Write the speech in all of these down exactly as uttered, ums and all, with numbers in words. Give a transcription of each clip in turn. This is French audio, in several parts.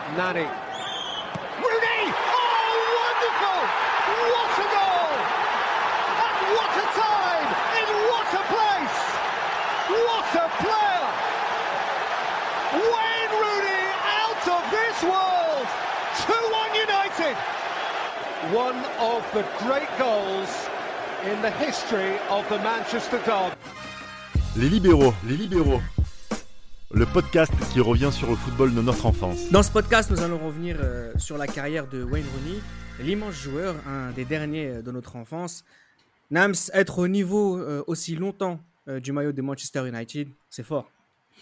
Nani. Rooney! Oh, wonderful! What a goal! And what a time! In what a place! What a player! Wayne Rooney out of this world! two one United! One of the great goals in the history of the Manchester Derby. Les libéraux, les libéraux. Le podcast qui revient sur le football de notre enfance. Dans ce podcast, nous allons revenir euh, sur la carrière de Wayne Rooney, l'immense joueur, un des derniers de notre enfance. Nams, être au niveau euh, aussi longtemps euh, du maillot de Manchester United, c'est fort.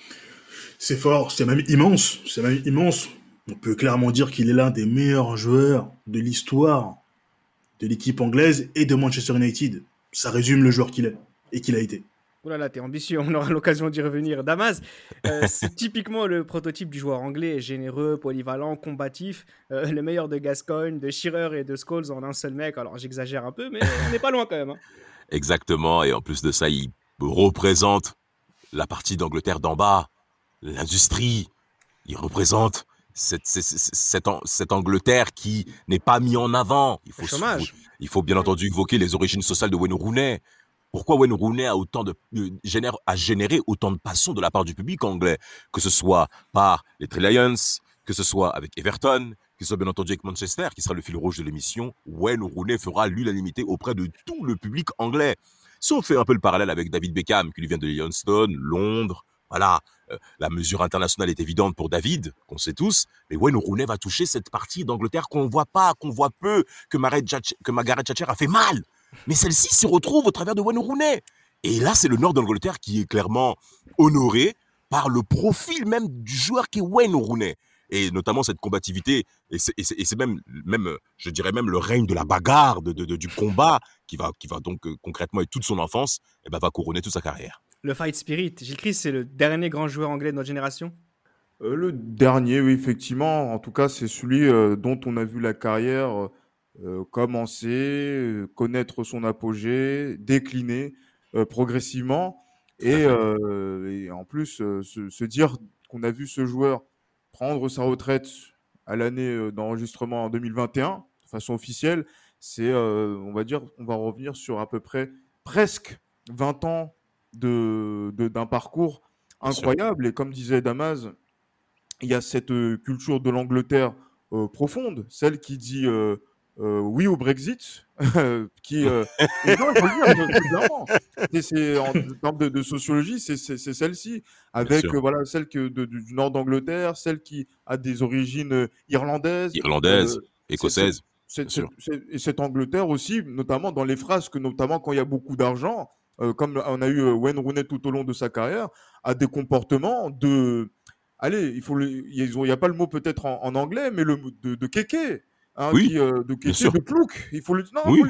C'est fort, c'est même immense, c'est même immense. On peut clairement dire qu'il est l'un des meilleurs joueurs de l'histoire de l'équipe anglaise et de Manchester United. Ça résume le joueur qu'il est et qu'il a été. Oh là là, t'es ambitieux, on aura l'occasion d'y revenir. Damas, euh, c'est typiquement le prototype du joueur anglais, généreux, polyvalent, combatif, euh, le meilleur de Gascoigne, de Shearer et de Scholes en un seul mec. Alors j'exagère un peu, mais on n'est pas loin quand même. Hein. Exactement, et en plus de ça, il représente la partie d'Angleterre d'en bas, l'industrie. Il représente cette, cette, cette, cette Angleterre qui n'est pas mise en avant. Il faut, le chômage. Il faut bien entendu évoquer les origines sociales de Wayne Rooney. Pourquoi Wayne Rooney a, autant de, euh, génère, a généré autant de passion de la part du public anglais, que ce soit par les Three Lions, que ce soit avec Everton, que ce soit bien entendu avec Manchester, qui sera le fil rouge de l'émission. Wayne Rooney fera l'unanimité auprès de tout le public anglais. Si on fait un peu le parallèle avec David Beckham, qui lui vient de Leytonstone, Londres, voilà, euh, la mesure internationale est évidente pour David, qu'on sait tous, mais Wayne Rooney va toucher cette partie d'Angleterre qu'on ne voit pas, qu'on voit peu, que Margaret Thatcher a fait mal. Mais celle-ci se retrouve au travers de Wayne Rooney. Et là, c'est le nord d'Angleterre qui est clairement honoré par le profil même du joueur qui est Wayne Rooney. Et notamment cette combativité, et c'est, et c'est, et c'est même, même, je dirais même le règne de la bagarre, de, de, de, du combat, qui va, qui va donc euh, concrètement, et toute son enfance, et ben, va couronner toute sa carrière. Le fight spirit, Gilles Christ, c'est le dernier grand joueur anglais de notre génération. euh, Le dernier, oui, effectivement. En tout cas, c'est celui euh, dont on a vu la carrière... Euh, Euh, commencer, euh, connaître son apogée, décliner euh, progressivement et, euh, et en plus euh, se, se dire qu'on a vu ce joueur prendre sa retraite à l'année euh, d'enregistrement en deux mille vingt et un de façon officielle, c'est, euh, on va dire, on va revenir sur à peu près presque vingt ans de, de, d'un parcours incroyable. Et comme disait Damas, il y a cette euh, culture de l'Angleterre euh, profonde, celle qui dit euh, Euh, oui au Brexit, qui euh, non, il faut le dire, clairement. C'est, c'est, en termes de, de sociologie, c'est, c'est, c'est celle-ci, avec euh, voilà, celle que de, du, du nord d'Angleterre, celle qui a des origines euh, irlandaises, irlandaises, euh, écossaises. C'est, c'est, c'est, c'est, et cette Angleterre aussi, notamment dans les frasques, notamment quand il y a beaucoup d'argent, euh, comme on a eu euh, Wayne Rooney tout au long de sa carrière, a des comportements de, allez, il faut, le, il n'y a pas le mot peut-être en, en anglais, mais le de, de kéké. Hein, oui, qui, euh, de kéké, de plouc, il faut le non, oui. faut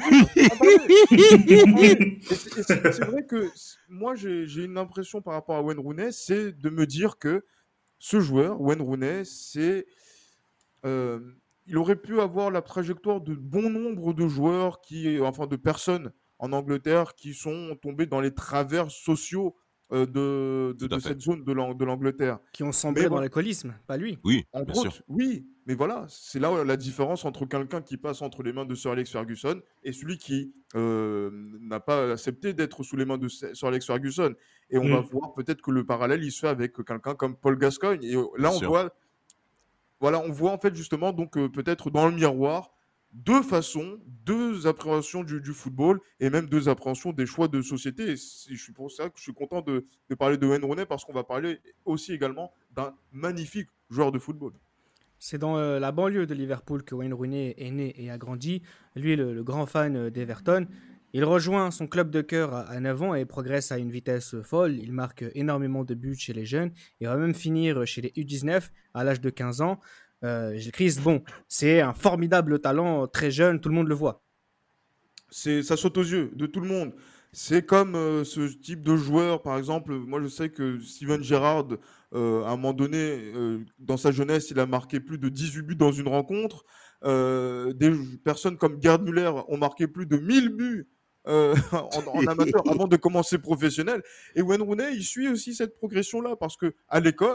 le dire. et c'est, et c'est, c'est vrai que moi j'ai, j'ai une impression par rapport à Wayne Rooney, c'est de me dire que ce joueur, Wayne Rooney, c'est euh, il aurait pu avoir la trajectoire de bon nombre de joueurs qui, enfin de personnes en Angleterre qui sont tombés dans les travers sociaux euh, de, de, de cette zone de, l'Ang- de l'Angleterre. Qui ont sombré Mais dans bon, l'alcoolisme, pas lui. Oui, entre bien autres, sûr. oui, mais voilà, c'est là la différence entre quelqu'un qui passe entre les mains de Sir Alex Ferguson et celui qui euh, n'a pas accepté d'être sous les mains de Sir Alex Ferguson. Et on Mm. va voir peut-être que le parallèle il se fait avec quelqu'un comme Paul Gascoigne. Et là, Bien on sûr. voit, voilà, on voit en fait justement donc euh, peut-être dans le miroir deux façons, deux appréhensions du, du football et même deux appréhensions des choix de société. Et c'est- je suis pour ça que je suis content de, de parler de Wayne Rooney parce qu'on va parler aussi également d'un magnifique joueur de football. C'est dans euh, la banlieue de Liverpool que Wayne Rooney est né et a grandi. Lui, le, le grand fan euh, d'Everton. Il rejoint son club de cœur à, à neuf ans et progresse à une vitesse euh, folle. Il marque euh, énormément de buts chez les jeunes et va même finir euh, chez les U dix-neuf à l'âge de quinze ans. Euh, Gilles Christ, bon, c'est un formidable talent, euh, très jeune, tout le monde le voit. C'est, ça saute aux yeux de tout le monde. C'est comme euh, ce type de joueur, par exemple, moi je sais que Steven Gerrard, euh, à un moment donné, euh, dans sa jeunesse, il a marqué plus de dix-huit buts dans une rencontre. Euh, des personnes comme Gerd Müller ont marqué plus de mille buts euh, en, en amateur avant de commencer professionnel. Et Wayne Rooney, il suit aussi cette progression-là parce que à l'école,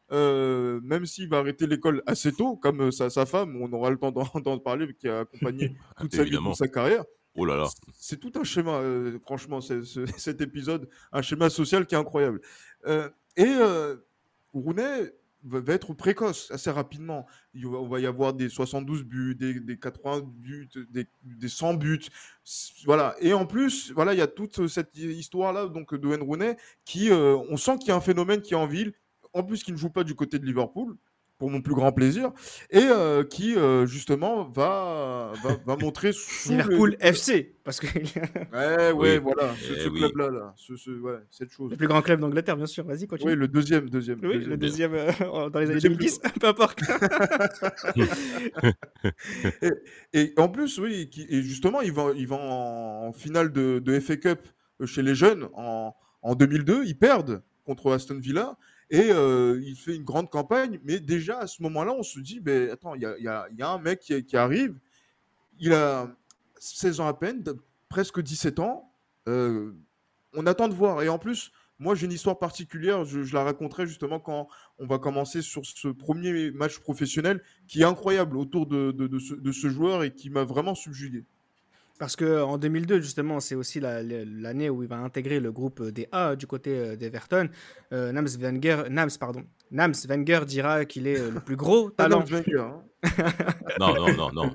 euh, même s'il va arrêter l'école assez tôt, comme euh, sa, sa femme, on aura le temps d'en, d'en parler, qui a accompagné toute sa vie, Évidemment. toute sa carrière. Oh là là. C'est tout un schéma, euh, franchement, c'est, c'est- cet épisode, un schéma social qui est incroyable. Euh, et euh, Rooney va, va être précoce assez rapidement. Il va, on va y avoir des soixante-douze buts, des, des quatre-vingts buts, des, des cent buts. S- Voilà. Et en plus, voilà, il y a toute cette histoire-là donc, de Wayne Rooney qui, euh, on sent qu'il y a un phénomène qui est en ville, en plus qui ne joue pas du côté de Liverpool, pour mon plus grand plaisir, et euh, qui, euh, justement, va, va, va montrer sous le... Liverpool F C, parce que Ouais, ouais, Oui. voilà, ce, Eh ce oui. club-là, là, ce, ce- ouais, cette chose. le plus grand club d'Angleterre, bien sûr. Vas-y, Oui, continue. le deuxième, deuxième. Oui, le deuxième euh, dans les années Deuxième deux mille dix, peu importe. Et, et en plus, oui, qui- et justement, il va, il va en, en finale de, de F A Cup euh, chez les jeunes en, en deux mille deux. Ils perdent contre Aston Villa et euh, il fait une grande campagne. Mais déjà, à ce moment-là, on se dit, ben, attends, il y a, il y a- il y a un mec qui, qui arrive. Il a seize ans à peine, de- presque dix-sept ans. Euh, on attend de voir. Et en plus, moi, j'ai une histoire particulière. Je, je la raconterai justement quand on va commencer sur ce premier match professionnel qui est incroyable autour de, de- de ce, de ce joueur et qui m'a vraiment subjugué. Parce qu'en deux mille deux, justement, c'est aussi la- la- l'année où il va intégrer le groupe des A du côté euh, d'Everton. Euh, Nams Wenger, Nams, pardon. Nams Wenger dira qu'il est euh, le plus gros Pas talent. Nams Wenger, hein. Non, non, non, non.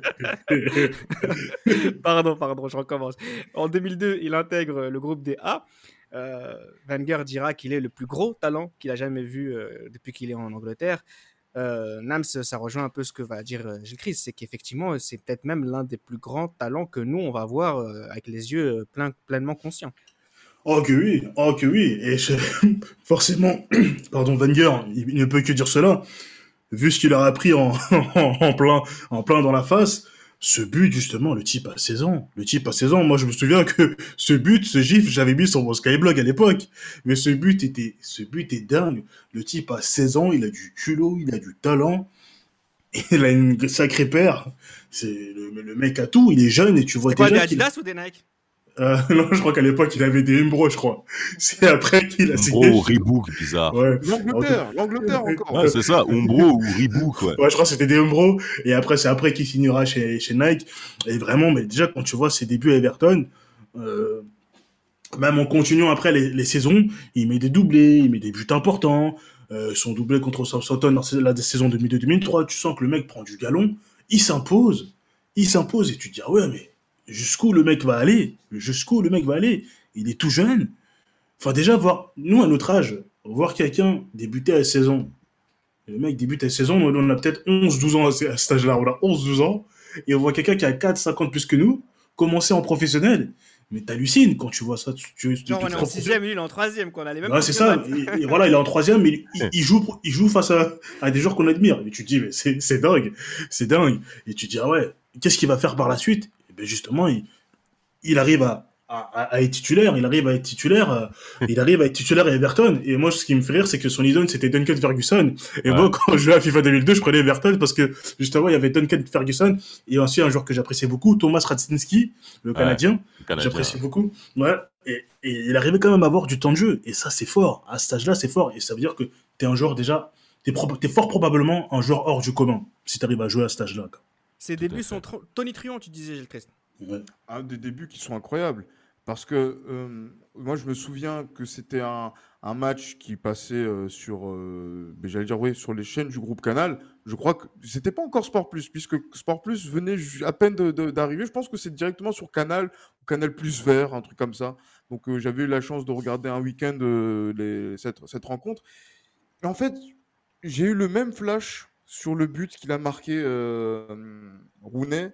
Pardon, pardon, je recommence. En deux mille deux, il intègre le groupe des A. Euh, Wenger dira qu'il est le plus gros talent qu'il a jamais vu euh, depuis qu'il est en Angleterre. Euh, Nams, ça rejoint un peu ce que va dire euh, Gilles Christ, c'est qu'effectivement, c'est peut-être même l'un des plus grands talents que nous, on va voir euh, avec les yeux euh, plein, pleinement conscients. Oh que oui, oh que oui. Et je- forcément, pardon, Wenger, il, il ne peut que dire cela. Vu ce qu'il leur a appris en, en, plein, en plein dans la face, ce but, justement, le type a seize ans. Le type a seize ans. Moi, je me souviens que ce but, ce gif, j'avais mis sur mon Skyblog à l'époque. Mais ce but était, ce but est dingue. Le type a seize ans, il a du culot, il a du talent. Il a une sacrée paire. C'est le, le mec a tout, il est jeune et tu vois C'est quoi, des déjà qu'il a... Adidas ou des Nike? Euh, non, je crois qu'à l'époque, il avait des Umbro, je crois. C'est après qu'il a signé. Umbro ou Reebok, bizarre. Ouais. L'Angleterre, l'Angleterre encore. Ouais, c'est ça, Umbro ou Reebok, ouais. Ouais, je crois que c'était des Umbro. Et après, c'est après qu'il signera chez, chez Nike. Et vraiment, mais déjà, quand tu vois ses débuts à Everton, euh, même en continuant après les, les saisons, il met des doublés, il met des buts importants. Euh, son doublé contre Southampton dans la saison deux mille deux deux mille trois, tu sens que le mec prend du galon, il s'impose, il s'impose et tu te dis, ah ouais, mais jusqu'où le mec va aller? Jusqu'où le mec va aller? Il est tout jeune. Enfin, déjà, voir, nous, à notre âge, voir quelqu'un débuter à seize ans. Le mec débute à seize ans, nous, on a peut-être onze douze ans à ce à cet âge-là. On a onze douze ans. Et on voit quelqu'un qui a quatre cinquante plus que nous, commencer en professionnel. Mais t'hallucines quand tu vois ça. Tu, tu, tu Genre, te on est en rends- sixième, lui, il est en troisième, qu'on a les mêmes. Ouais, c'est ça. Et, et voilà, il est en troisième, mais il, il joue, il joue face à, à des joueurs qu'on admire. Et tu te dis, mais c'est, c'est dingue. C'est dingue. Et tu te dis, ah ouais, qu'est-ce qu'il va faire par la suite? Et ben justement, il, il arrive à, à, à être titulaire. Il arrive à être titulaire. euh, il arrive à être titulaire à Everton. Et moi, ce qui me fait rire, c'est que son idole, c'était Duncan Ferguson. Et Ouais. moi, quand je jouais à FIFA deux mille deux, je prenais Everton parce que, justement, il y avait Duncan Ferguson et aussi un joueur que j'appréciais beaucoup, Thomas Radzinski, le Ouais. Canadien. Canadien. J'apprécie beaucoup. Ouais. Et, et il arrivait quand même à avoir du temps de jeu. Et ça, c'est fort. À cet âge-là, c'est fort. Et ça veut dire que t'es un joueur déjà. T'es, pro- t'es fort probablement un joueur hors du commun. Si t'arrives à jouer à cet âge-là. quoi. Ses Tout à débuts fait. sont tr- tonitruants, tu disais, Gilles Christ. Ouais. Un des débuts qui sont incroyables. Parce que euh, moi, je me souviens que c'était un, un match qui passait euh, sur, euh, ben, j'allais dire, oui, sur les chaînes du groupe Canal. Je crois que c'était pas encore Sport Plus, puisque Sport Plus venait ju- à peine de- de- d'arriver. Je pense que c'est directement sur Canal, ou Canal Plus Vert, un truc comme ça. Donc, euh, j'avais eu la chance de regarder un week-end euh, les- cette, cette rencontre. Et en fait, j'ai eu le même flash sur le but qu'il a marqué euh, Rooney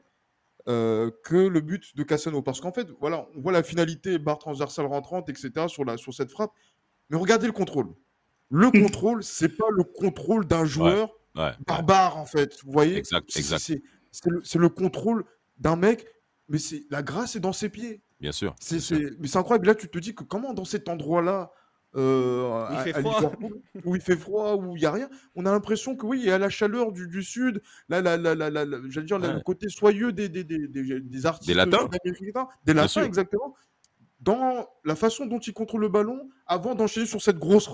euh, que le but de Cassano. Parce qu'en fait, voilà, on voit la finalité, barre transversale rentrante, et cetera sur, la, sur cette frappe. Mais regardez le contrôle. Le contrôle, c'est pas le contrôle d'un joueur Ouais, ouais. barbare, en fait. Vous voyez? Exact, C'est- exact. C'est c'est le, c'est le contrôle d'un mec, mais c'est la grâce est dans ses pieds. Bien sûr. C'est, bien sûr. c'est- mais c'est incroyable. Là, tu te dis que comment dans cet endroit-là, euh, Il à- fait à froid. Liverpool, où il fait froid, où il n'y a rien, on a l'impression que oui, il y a la chaleur du, du sud, là, la, la, la, la- la- j'allais dire, la- Ouais. le côté soyeux des, des, des, des, des artistes latins. sud-américains, des Bien latins, sûr. exactement, dans la façon dont il contrôle le ballon, avant d'enchaîner sur cette grosse frappe.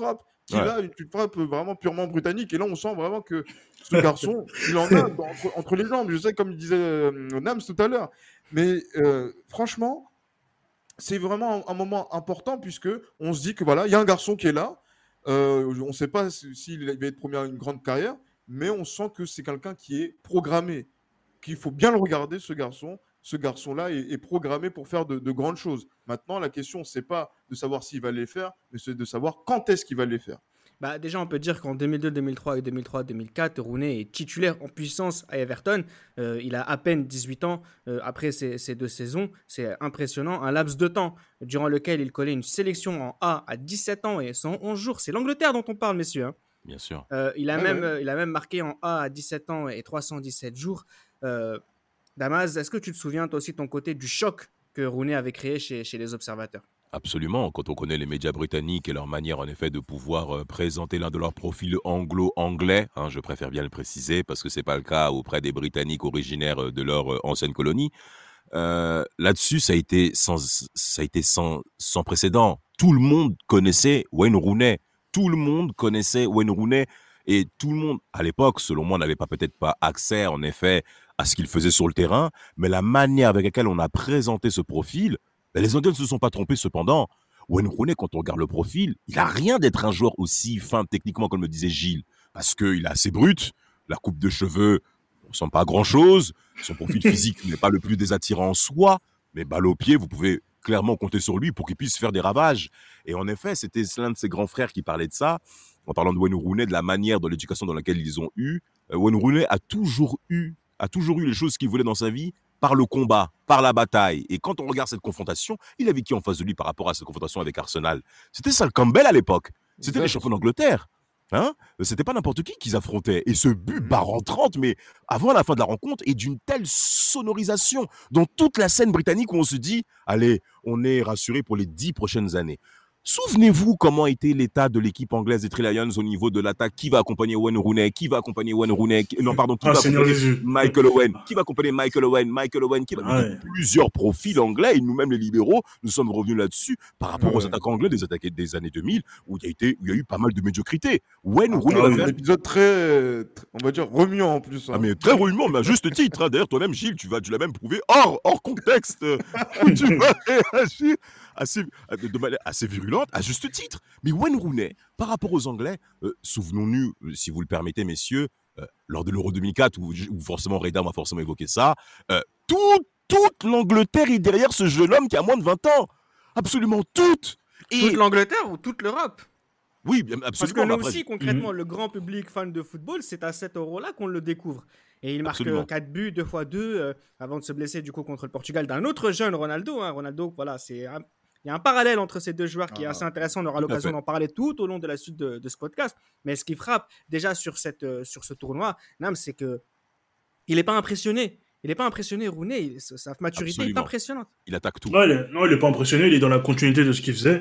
qui Ouais. a une, une frappe vraiment purement britannique. Et là, on sent vraiment que ce garçon, il en a dans- entre, entre les jambes. Je sais, comme disait euh, Nams tout à l'heure. Mais euh, franchement, c'est vraiment un, un moment important puisque on se dit que voilà, il y a un garçon qui est là. Euh, on ne sait pas si- s'il va être promis à une grande carrière, mais on sent que c'est quelqu'un qui est programmé, qu'il faut bien le regarder, ce garçon. Ce garçon-là est, est programmé pour faire de, de grandes choses. Maintenant, la question, c'est pas de savoir s'il va les faire, mais c'est de savoir quand est-ce qu'il va les faire. Bah, déjà, on peut dire qu'en deux mille deux, deux mille trois et deux mille trois, deux mille quatre, Rooney est titulaire en puissance à Everton. Euh, il a à peine dix-huit ans euh, après ces, ces deux saisons. C'est impressionnant. Un laps de temps durant lequel il collait une sélection en A à dix-sept ans et cent onze jours. C'est l'Angleterre dont on parle, messieurs, hein. Bien sûr. Euh, il, a Ouais, même, ouais. euh, il a même marqué en A à dix-sept ans et trois cent dix-sept jours. Euh, Damas, est-ce que tu te souviens, toi aussi, de ton côté, du choc que Rooney avait créé chez, chez les observateurs? Absolument, quand on connaît les médias britanniques et leur manière en effet de pouvoir euh, présenter l'un de leurs profils anglo-anglais, hein, je préfère bien le préciser parce que c'est pas le cas auprès des Britanniques originaires euh, de leur euh, ancienne colonie. Euh, là-dessus, ça a été sans, ça a été sans, sans précédent. Tout le monde connaissait Wayne Rooney. Tout le monde connaissait Wayne Rooney et tout le monde, à l'époque, selon moi, n'avait pas peut-être pas accès en effet à ce qu'il faisait sur le terrain, mais la manière avec laquelle on a présenté ce profil. Ben, les Anglais ne se sont pas trompés cependant. Wayne Rooney, quand on regarde le profil, il a rien d'être un joueur aussi fin techniquement comme le disait Gilles, parce qu'il est assez brut, la coupe de cheveux, on ne sent pas grand-chose, son profil physique n'est pas le plus désattirant en soi, mais balle au pied, vous pouvez clairement compter sur lui pour qu'il puisse faire des ravages. Et en effet, c'était l'un de ses grands frères qui parlait de ça, en parlant de Wayne Rooney, de la manière, de l'éducation dans laquelle ils ont eu. Euh, Wayne Rooney a toujours eu, a toujours eu les choses qu'il voulait dans sa vie, par le combat, par la bataille. Et quand on regarde cette confrontation, il avait qui en face de lui par rapport à cette confrontation avec Arsenal? C'était Sol Campbell à l'époque. C'était les champions d'Angleterre. Hein? C'était pas n'importe qui qu'ils affrontaient. Et ce but barre en trente, mais avant la fin de la rencontre, est d'une telle sonorisation dans toute la scène britannique où on se dit, allez, on est rassuré pour les dix prochaines années. Souvenez-vous comment était l'état de l'équipe anglaise des Three Lions au niveau de l'attaque. Qui va accompagner Wayne Rooney? Qui va accompagner Wayne Rooney? Qui- Non, pardon, qui Ah, va Seigneur accompagner Jésus. Michael Owen? Qui va accompagner Michael Owen? Michael Owen, qui va... Il y a Ouais. plusieurs profils anglais, et nous-mêmes les libéraux, nous sommes revenus là-dessus par rapport Ouais. aux attaquants anglais des attaqués des années deux mille, où il y a, été, où il y a eu pas mal de médiocrité. Wayne Ah, Rooney ah va oui. faire... un épisode très, très- on va dire, remuant en plus. hein. Ah mais très remuant, mais à juste titre. Hein. D'ailleurs, toi-même, Gilles, tu vas, tu l'as même prouvé hors, hors contexte, euh, où tu vas réagir assez, de manière assez virulente, à juste titre. Mais Wayne Rooney, par rapport aux Anglais, euh, souvenons-nous, euh, si vous le permettez, messieurs, euh, lors de l'Euro deux mille quatre, où, où forcément Reda m'a forcément évoqué ça, euh, tout, toute l'Angleterre est derrière ce jeune homme qui a moins de vingt ans. Absolument toute. Et Toute l'Angleterre ou toute l'Europe? oui, bien, Parce absolument. que nous mais après, aussi, concrètement, le grand public fan de football, c'est à cet euro-là qu'on le découvre. Et il marque Absolument. quatre buts, deux fois deux, euh, avant de se blesser du coup contre le Portugal, d'un autre jeune Ronaldo. hein. Ronaldo, voilà, c'est un- il y a un parallèle entre ces deux joueurs qui est Ah, assez intéressant. On aura tout à l'occasion fait. d'en parler tout au long de la suite de, de ce podcast. Mais ce qui frappe déjà sur, cette, euh, sur ce tournoi, Nam, c'est que il n'est pas impressionné. Il n'est pas impressionné, Rooney. Il- sa sa maturité Absolument. est impressionnante. il attaque tout. Non, il est, non, il est pas impressionné, il est dans la continuité de ce qu'il faisait.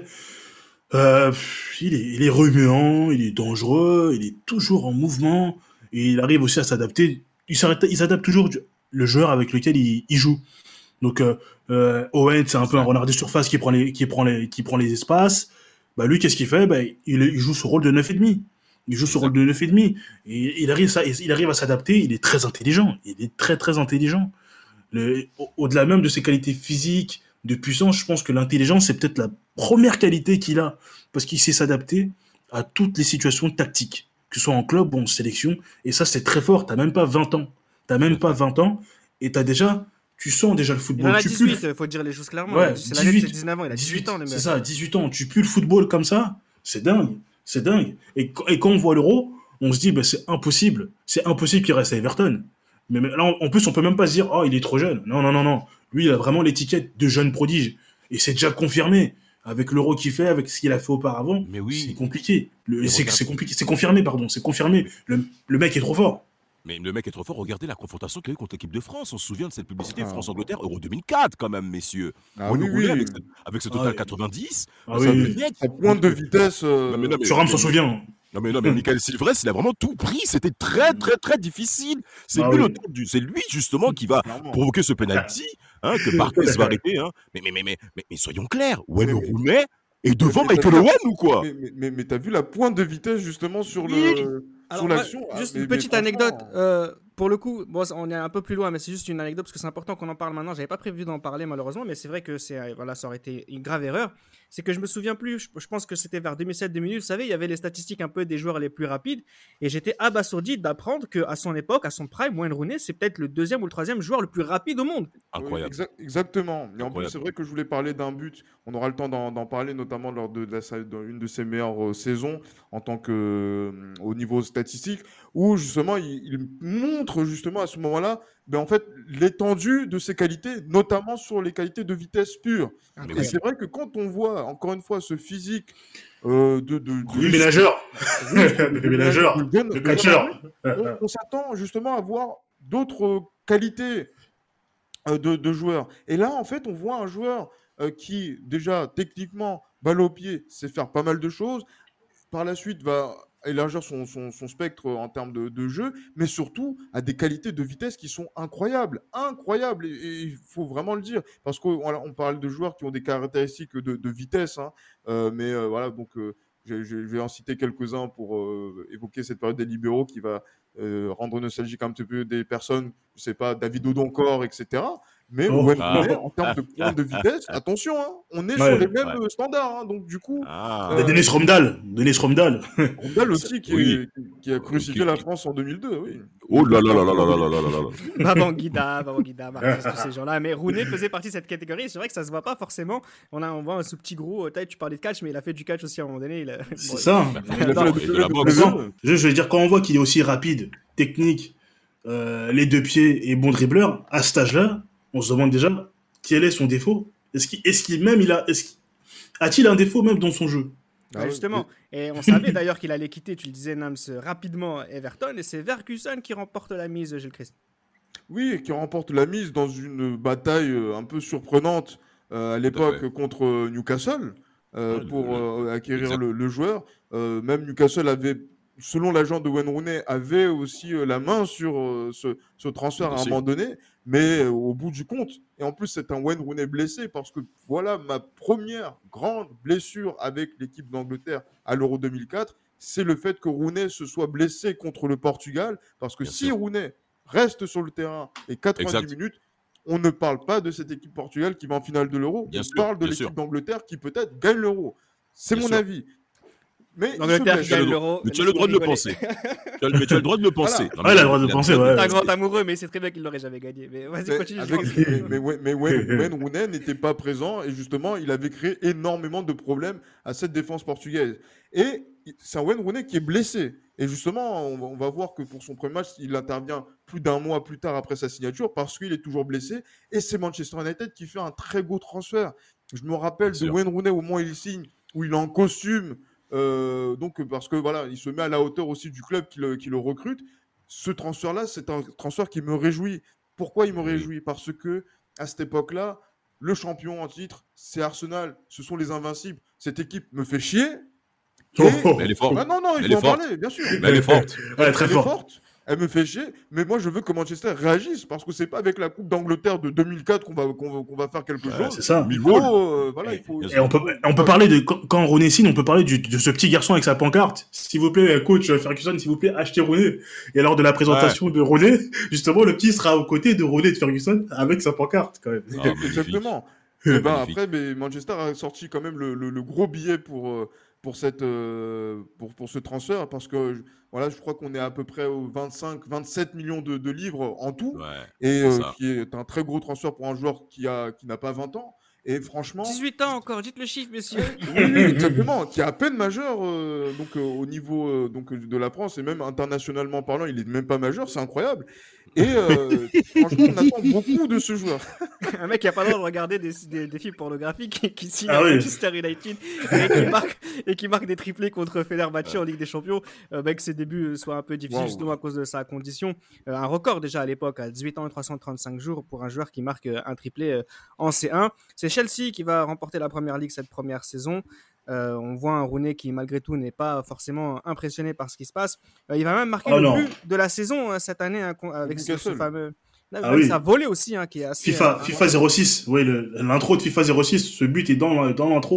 Euh, il, est, il est remuant, il est dangereux, il est toujours en mouvement, et il arrive aussi à s'adapter. Il s'arrête- il s'adapte toujours du- le joueur avec lequel il, il joue. Donc, euh, euh, Owen, c'est un peu un renard de surface qui prend les, qui prend les, qui prend les espaces. Bah, lui, qu'est-ce qu'il fait? Bah, il, il joue ce rôle de neuf et demi. Il joue ce rôle de neuf et demi. Et il arrive, ça, il arrive à s'adapter. Il est très intelligent. Il est très, très intelligent. Le, au- au-delà même de ses qualités physiques, de puissance, je pense que l'intelligence, c'est peut-être la première qualité qu'il a. Parce qu'il sait s'adapter à toutes les situations tactiques, que ce soit en club ou en sélection. Et ça, c'est très fort. T'as même pas vingt ans. T'as même pas vingt ans. Et t'as déjà, tu sens déjà le Il football. en a Tu dix-huit, pues- il faut dire les choses clairement. Ouais, c'est l'année de ses dix-huit. dix-neuf ans. Il a dix-huit ans, le mec. C'est ça, dix-huit ans. Tu pues le football comme ça, c'est dingue. C'est dingue. Et, qu- et quand on voit l'Euro, on se dit, bah, c'est impossible. C'est impossible qu'il reste à Everton. Mais mais là, en en plus, on peut même pas se dire, oh, il est trop jeune. Non, non, non, non. Lui, il a vraiment l'étiquette de jeune prodige. Et c'est déjà confirmé. Avec l'Euro qu'il fait, avec ce qu'il a fait auparavant, Mais oui. c'est compliqué. Le- Mais c'est regarde. c'est compliqué. C'est confirmé, pardon. C'est confirmé. Le, le mec est trop fort. Mais le mec est trop fort. Regardez la confrontation qu'il a eu contre l'équipe de France. On se souvient de cette publicité Ah. France-Angleterre, Euro deux mille quatre, quand même, messieurs. Ah Wayne oui, Rooney oui. avec, ce, avec ce total Ah ouais. quatre-vingt-dix. Ah Ça, oui, le oui. mec- sa pointe de vitesse. euh, Non, mais non, mais- Thuram s'en souvient. Non mais non mais Michael Silvres, il a vraiment tout pris. C'était très très très difficile. C'est Ah lui, oui. l'auteur du- c'est lui justement qui va clairement. provoquer ce penalty, hein, que Barthez va arrêter. Hein. Mais, mais, mais, mais, mais, mais soyons clairs, Wayne Oui, oui. Rooney, Et devant Mais- mais Michael t'as- Owen ou quoi? Mais, mais, mais, mais t'as vu la pointe de vitesse justement sur Oui. le Alors, sur moi, l'action. Ah, juste mais- une mais petite franchement, anecdote. euh, pour le coup, bon, on est un peu plus loin, mais c'est juste une anecdote parce que c'est important qu'on en parle maintenant. J'avais pas prévu d'en parler malheureusement, mais c'est vrai que c'est, euh, voilà, ça aurait été une grave erreur. C'est que je me souviens plus. Je, je pense que c'était vers deux mille sept deux mille huit. Vous savez, il y avait les statistiques un peu des joueurs les plus rapides, et j'étais abasourdi d'apprendre que à son époque, à son prime, Wayne Rooney, c'est peut-être le deuxième ou le troisième joueur le plus rapide au monde. Oui, Incroyable. exa- exactement. Mais en plus, Incroyable. c'est vrai que je voulais parler d'un but. On aura le temps d'en d'en parler, notamment lors de, de la, sa- dans une de ses meilleures euh, saisons en tant que euh, au niveau statistique, où justement il, il montre justement à ce moment-là, ben, en fait, l'étendue de ses qualités, notamment sur les qualités de vitesse pure. Et Incroyable. c'est vrai que quand on voit encore une fois ce physique euh, de, de, de- Rue Ménageur. oui, de- Le ménageur. de jeune- Le de jeune catcheur. on, on s'attend justement à voir d'autres euh, qualités euh, de, de joueurs. Et là, en fait, on voit un joueur euh, qui, déjà, techniquement, balle au pied, sait faire pas mal de choses. Par la suite, va élargir son, son- son spectre en termes de, de jeu, mais surtout a des qualités de vitesse qui sont incroyables. Incroyables. Et et il faut vraiment le dire. Parce qu'on voilà, on parle de joueurs qui ont des caractéristiques de, de vitesse. Hein. Euh, mais euh, voilà, donc euh, je, je vais en citer quelques-uns pour euh, évoquer cette période des libéraux qui va euh, rendre nostalgique un petit peu des personnes, je sais pas, David Odonkor, et cetera. Mais Oh. Wayne Ah. Rooney, en termes de pointe de vitesse, attention, hein, on est Ouais. sur les mêmes Ouais. euh, standards. Hein, donc du coup, Ah. Euh, Denis Romdal. Denis Romdal. Rondal aussi qui, Oui. est- qui a crucifié Qui- la qui- France en deux mille deux, oui. Oh là là là là là là là là là là. Babangida, Babangida, Marquez, tous ces gens-là. Mais Rooney faisait partie de cette catégorie. C'est vrai que ça se voit pas forcément. On, a, on voit ce petit gros. Taille, tu parlais de catch, mais il a fait du catch aussi à un moment donné. Il a- C'est Bon, ça. Il a fait Non, la et de la W boxe. W E. non, je, je veux dire, quand on voit qu'il est aussi rapide, technique, euh, les deux pieds et bon dribbleur, à cet âge-là, on se demande déjà quel est son défaut. Est-ce qu'il, est-ce qu'il même il a, est-ce qu'il- a-t-il un défaut même dans son jeu? Ah Ouais, ouais, justement. Et on savait d'ailleurs qu'il allait quitter, tu le disais, Nams, rapidement Everton. Et c'est Ferguson qui remporte la mise, Gilles Christ. Oui, et qui remporte la mise dans une bataille euh, un peu surprenante euh, à l'époque fait. contre euh, Newcastle euh, Ah, le- pour euh, acquérir exact. le, le joueur. Euh, même Newcastle avait, selon l'agent de Wayne Rooney, avait aussi euh, la main sur euh, ce, ce transfert à un Aussi. moment donné, mais euh, au bout du compte. Et en plus, c'est un Wayne Rooney blessé parce que voilà ma première grande blessure avec l'équipe d'Angleterre à l'Euro deux mille quatre, c'est le fait que Rooney se soit blessé contre le Portugal parce que Bien si sûr. Rooney reste sur le terrain et quatre-vingt-dix Exact. minutes, on ne parle pas de cette équipe Portugal qui va en finale de l'Euro. Bien On sûr, parle de bien sûr. l'équipe d'Angleterre qui peut-être gagne l'Euro. C'est Bien mon sûr. avis. Mais il se L'Angleterre blesse. qui gagne le- l'Euro. Mais tu as le droit de le penser. Tu as le- mais tu as le droit de le penser. Voilà. Non, Ouais, mais il a le droit de il a- penser, il a- ouais. C'est un grand amoureux, mais c'est très bien qu'il l'aurait jamais gagné. Mais vas-y, Mais, continue. avec- Gilles. mais- mais Wayne- mais Wayne Wayne Rooney n'était pas présent et justement, il avait créé énormément de problèmes à cette défense portugaise. Et c'est un Wayne Rooney qui est blessé. Et justement, on va, on va voir que pour son premier match, il intervient plus d'un mois plus tard après sa signature parce qu'il est toujours blessé. Et c'est Manchester United qui fait un très beau transfert. Je me rappelle Bien de sûr. Wayne Rooney au moment où il signe, où il est en costume. euh, donc, parce que voilà, il se met à la hauteur aussi du club qui le, qui le recrute. Ce transfert-là, c'est un transfert qui me réjouit. Pourquoi il me Oui. réjouit? Parce que à cette époque-là, le champion en titre, c'est Arsenal. Ce sont les invincibles. Cette équipe me fait chier. Oh, Et- oh. Mais elle est forte. Ah non, non, il Elle faut est en forte. parler, bien sûr. Mais elle est forte. Ouais, très Elle est fort. forte. Elle me fait chier, mais moi je veux que Manchester réagisse parce que c'est pas avec la Coupe d'Angleterre de deux mille quatre qu'on va, qu'on va, qu'on va faire quelque Ouais, chose. c'est ça. Il faut, euh, voilà, il faut. Bien Et on peut, on peut parler de quand, quand Rooney signe, on peut parler du- de ce petit garçon avec sa pancarte. S'il vous plaît, coach Ferguson, s'il vous plaît, achetez Rooney. Et lors de la présentation de Rooney, justement, le petit sera aux côtés de Rooney et de Ferguson avec sa pancarte, quand même. Ah, magnifique. Exactement. Et ben, Magnifique. après, mais Manchester a sorti quand même le, le- le gros billet pour, euh, pour, cette, euh, pour, pour ce transfert parce que je- voilà, je crois qu'on est à peu près aux vingt-cinq, vingt-sept millions de, de livres en tout. Ouais. Et c'est euh, ça. qui est un très gros transfert pour un joueur qui, a, qui n'a pas vingt ans. Et franchement. dix-huit ans encore, dites le chiffre, messieurs. Oui, oui, exactement, qui est à peine majeur euh, donc, euh, au niveau euh, donc, euh, de la France et même internationalement parlant, il est même pas majeur, c'est incroyable. Et euh, franchement, on attend beaucoup de ce joueur. Un mec qui a pas le droit de regarder des, des, des films pornographiques qui, qui signe Ah à oui. Manchester United et qui, marque, et qui marque des triplés contre Fenerbahçe en Ligue des Champions. Euh, bah, que ses débuts euh, soient un peu difficiles Wow. justement à cause de sa condition. Euh, un record déjà à l'époque, à dix-huit ans et trois cent trente-cinq jours pour un joueur qui marque euh, un triplé euh, en C un. C'est Chelsea qui va remporter la première ligue cette première saison. Euh, on voit un Rooney qui, malgré tout, n'est pas forcément impressionné par ce qui se passe. Euh, il va même marquer Oh le non. but de la saison hein, cette année hein, con- avec ce, ce Newcastle. fameux. Là, Ah même oui. sa volée aussi, hein, qui est assez. FIFA, euh, FIFA zéro six, oui, le- l'intro de FIFA zéro six, ce but est dans, dans l'intro.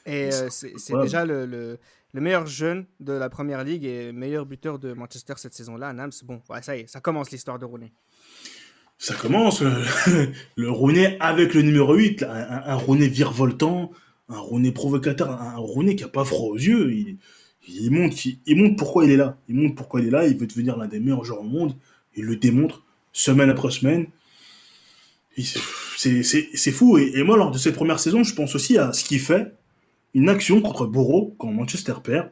Et C'est euh, c'est c'est incroyable. déjà le, le- le meilleur jeune de la première ligue et meilleur buteur de Manchester cette saison-là, Nams. Bon, ouais, ça y est, ça commence l'histoire de Rooney. Ça commence, le, le Rooney avec le numéro huit, là, un, un Rooney virevoltant, un Rooney provocateur, un, un Rooney qui a pas froid aux yeux. Il, il montre, il, il montre pourquoi il est là. Il montre pourquoi il est là. Il veut devenir l'un des meilleurs joueurs au monde. Il le démontre semaine après semaine. Il- C'est c'est- c'est fou. Et, et moi, lors de cette première saison, je pense aussi à ce qu'il fait. Une action contre Borough quand Manchester perd.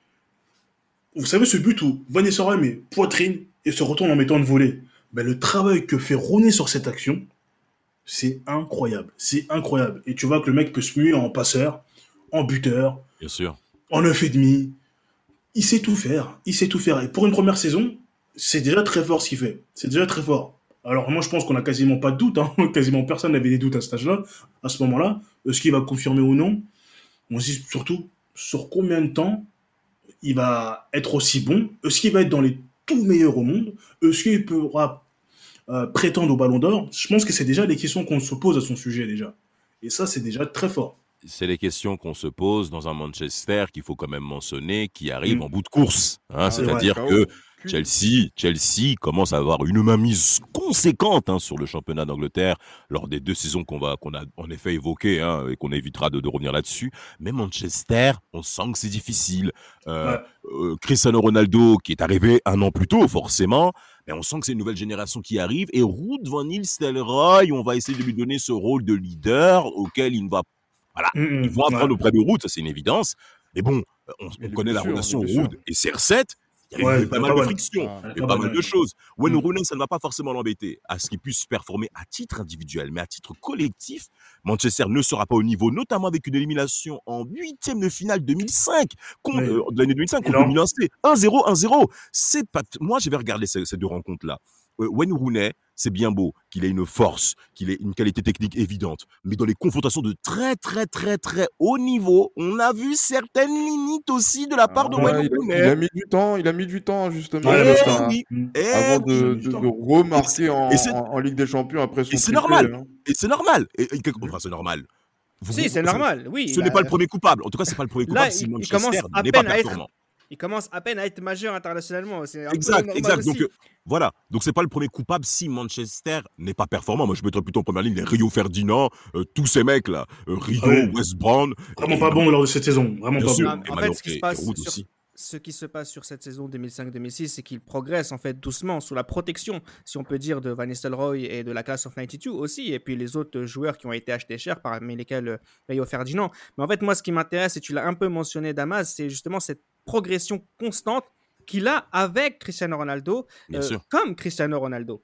Vous savez ce but où Van Nistelrooy met poitrine et se retourne en mettant une volée. Ben, le travail que fait Rooney sur cette action, c'est incroyable. C'est incroyable. Et tu vois que le mec peut se muer en passeur, en buteur, Bien sûr. en neuf et demi. Il sait tout faire. Il sait tout faire. Et pour une première saison, c'est déjà très fort ce qu'il fait. C'est déjà très fort. Alors moi, je pense qu'on a quasiment pas de doute. Hein. Quasiment personne n'avait des doutes à cet âge-là, à ce moment-là. Est-ce qu'il va confirmer ou non? On se dit surtout sur combien de temps il va être aussi bon. Est-ce qu'il va être dans les tout meilleurs au monde? Est-ce qu'il pourra euh, prétendre au Ballon d'Or? Je pense que c'est déjà les questions qu'on se pose à son sujet déjà. Et ça, c'est déjà très fort. C'est les questions qu'on se pose dans un Manchester qu'il faut quand même mentionner, qui arrive Mm. en bout de course. Hein, Ah, C'est-à-dire ouais, que K O. Chelsea, Chelsea commence à avoir une mainmise conséquente hein, sur le championnat d'Angleterre lors des deux saisons qu'on va, qu'on a en effet évoquées hein, et qu'on évitera de, de revenir là-dessus. Mais Manchester, on sent que c'est difficile. Euh, Ouais. euh, Cristiano Ronaldo, qui est arrivé un an plus tôt, forcément, mais on sent que c'est une nouvelle génération qui arrive. Et Ruud van Nistelrooy, on va essayer de lui donner ce rôle de leader auquel il ne va voilà, Mm, ils mm, vont apprendre ouais. auprès de Ruud, ça c'est une évidence. Mais bon, euh, on, Mais on les connaît la blessures, relation les blessures. Ruud et C R sept. Il y a Ouais, eu pas elle est mal pas de bonne. frictions Ah, Elle est et pas pas bonne, mal de ouais. choses. Wayne Mm. Rooney, ça ne va pas forcément l'embêter à ce qu'il puisse performer à titre individuel, mais à titre collectif, Manchester ne sera pas au niveau, notamment avec une élimination en huitième de finale deux mille cinq, contre, Ouais. euh, de l'année deux mille cinq contre Milan. le Milan C. un zéro, un zéro. C'est pas. Moi, je vais regarder ces, ces deux rencontres-là. Euh, Wayne Rooney, c'est bien beau qu'il ait une force, qu'il ait une qualité technique évidente, mais dans les confrontations de très très très très haut niveau, on a vu certaines limites aussi de la part de Ah, Wayne il, a, il Rooney. a mis du temps, il a mis du temps justement Ouais, Eh mais avant, c'est ça, temps. oui, Mm. eh avant oui. Ça a de, mis du de, temps. de Et remarquer c'est, en, et c'est, en, en Ligue des Champions après et son c'est triplé. normal. Hein. Et c'est normal. Et, et quelque- enfin, c'est normal. Vous- Si, vous- c'est ce- normal, oui. Ce n'est pas Bah, le premier coupable. En tout cas, c'est pas le premier là, coupable si il, il Manchester commence à n'est pas peine à être, performant. il commence à peine à être majeur internationalement. C'est un peu Exact, normal exact. Donc aussi. euh, voilà. Donc c'est pas le premier coupable si Manchester n'est pas performant. Moi, je mettrais plutôt en première ligne les Rio Ferdinand, euh, tous ces mecs là, euh, Rio, Ah ouais. West Brown, Vraiment et, pas et- bon lors de cette saison. Vraiment bien pas sûr, Non, bon. mais et en fait, Malo ce qui se et, et passe Ruud sur aussi. ce qui se passe sur cette saison deux mille cinq deux mille six, c'est qu'il progresse en fait doucement sous la protection, si on peut dire, de Van Nistelrooy et de la classe of quatre-vingt-deux aussi, et puis les autres joueurs qui ont été achetés cher, parmi lesquels euh, Rio Ferdinand. Mais en fait, moi, ce qui m'intéresse, et tu l'as un peu mentionné, Damas, c'est justement cette progression constante qu'il a avec Cristiano Ronaldo, Bien euh, sûr. comme Cristiano Ronaldo.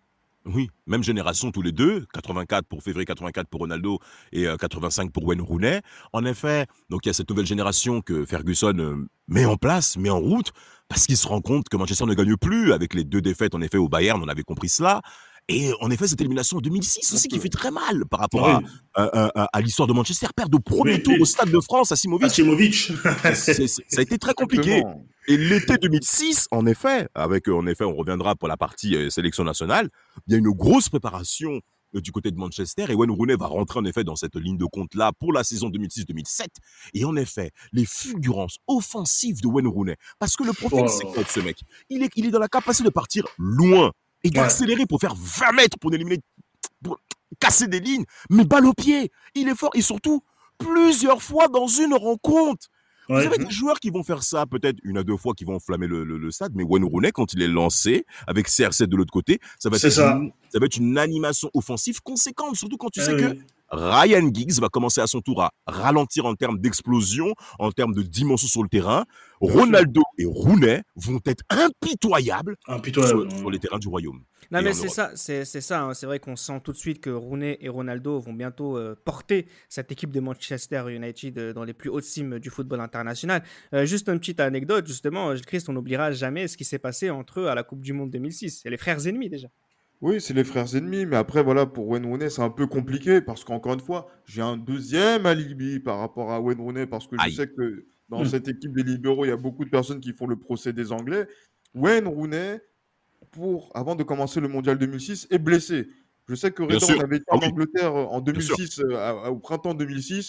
Oui, même génération tous les deux, quatre-vingt-quatre pour février quatre-vingt-quatre pour Ronaldo et euh, quatre-vingt-cinq pour Wayne Rooney. En effet, donc il y a cette nouvelle génération que Ferguson euh, met en place, met en route, parce qu'il se rend compte que Manchester ne gagne plus avec les deux défaites en effet au Bayern, on avait compris cela. Et en effet, cette élimination en deux mille six aussi qui fait très mal par rapport Ah à, oui. à, à- à l'histoire de Manchester. Perdre au premier Oui, tour oui. au Stade de France à Simovic, Hachimovic. c'est- c'est- ça a été très compliqué. Exactement. Et l'été deux mille six, en effet, avec, euh, en effet, on reviendra pour la partie euh, sélection nationale, il y a une grosse préparation euh, du côté de Manchester et Wayne Rooney va rentrer en effet dans cette ligne de compte-là pour la saison deux mille six deux mille sept. Et en effet, les fulgurances offensives de Wayne Rooney, parce que le profil, Oh. c'est quoi de ce mec? Il est, il est dans la capacité de partir loin et d'accélérer pour faire vingt mètres, pour éliminer, pour casser des lignes, mais balle au pied. Il est fort et surtout, plusieurs fois dans une rencontre. Vous Ouais. avez des joueurs qui vont faire ça peut-être une à deux fois, qui vont enflammer le, le, le stade, mais Wayne Rooney, quand il est lancé, avec C R sept de l'autre côté, ça va, être C'est ça. une, ça va être une animation offensive conséquente, surtout quand tu Ah sais oui. que Ryan Giggs va commencer à son tour à ralentir en termes d'explosion, en termes de dimension sur le terrain. Bien Ronaldo et Rooney vont être impitoyables Impitoyable. sur, sur les terrains du royaume. Non, Et mais en c'est Europe. ça, c'est c'est ça. Hein. C'est vrai qu'on sent tout de suite que Rooney et Ronaldo vont bientôt euh, porter cette équipe de Manchester United euh, dans les plus hautes cimes du football international. Euh, juste une petite anecdote, justement, Christ, on n'oubliera jamais ce qui s'est passé entre eux à la Coupe du Monde deux mille six. C'est les frères ennemis déjà. Oui, c'est les frères ennemis, mais après, voilà, pour Wayne Rooney, c'est un peu compliqué parce qu'encore une fois, j'ai un deuxième alibi par rapport à Wayne Rooney parce que je Aïe. sais que dans Hmm. cette équipe des libéraux, il y a beaucoup de personnes qui font le procès des Anglais. Wayne Rooney, pour, avant de commencer le mondial deux mille six, est blessé. Je sais que Bien Redon sûr. avait été Ah en oui. Angleterre euh, en Bien sûr. deux mille six, euh, à- à- au printemps deux mille six, euh,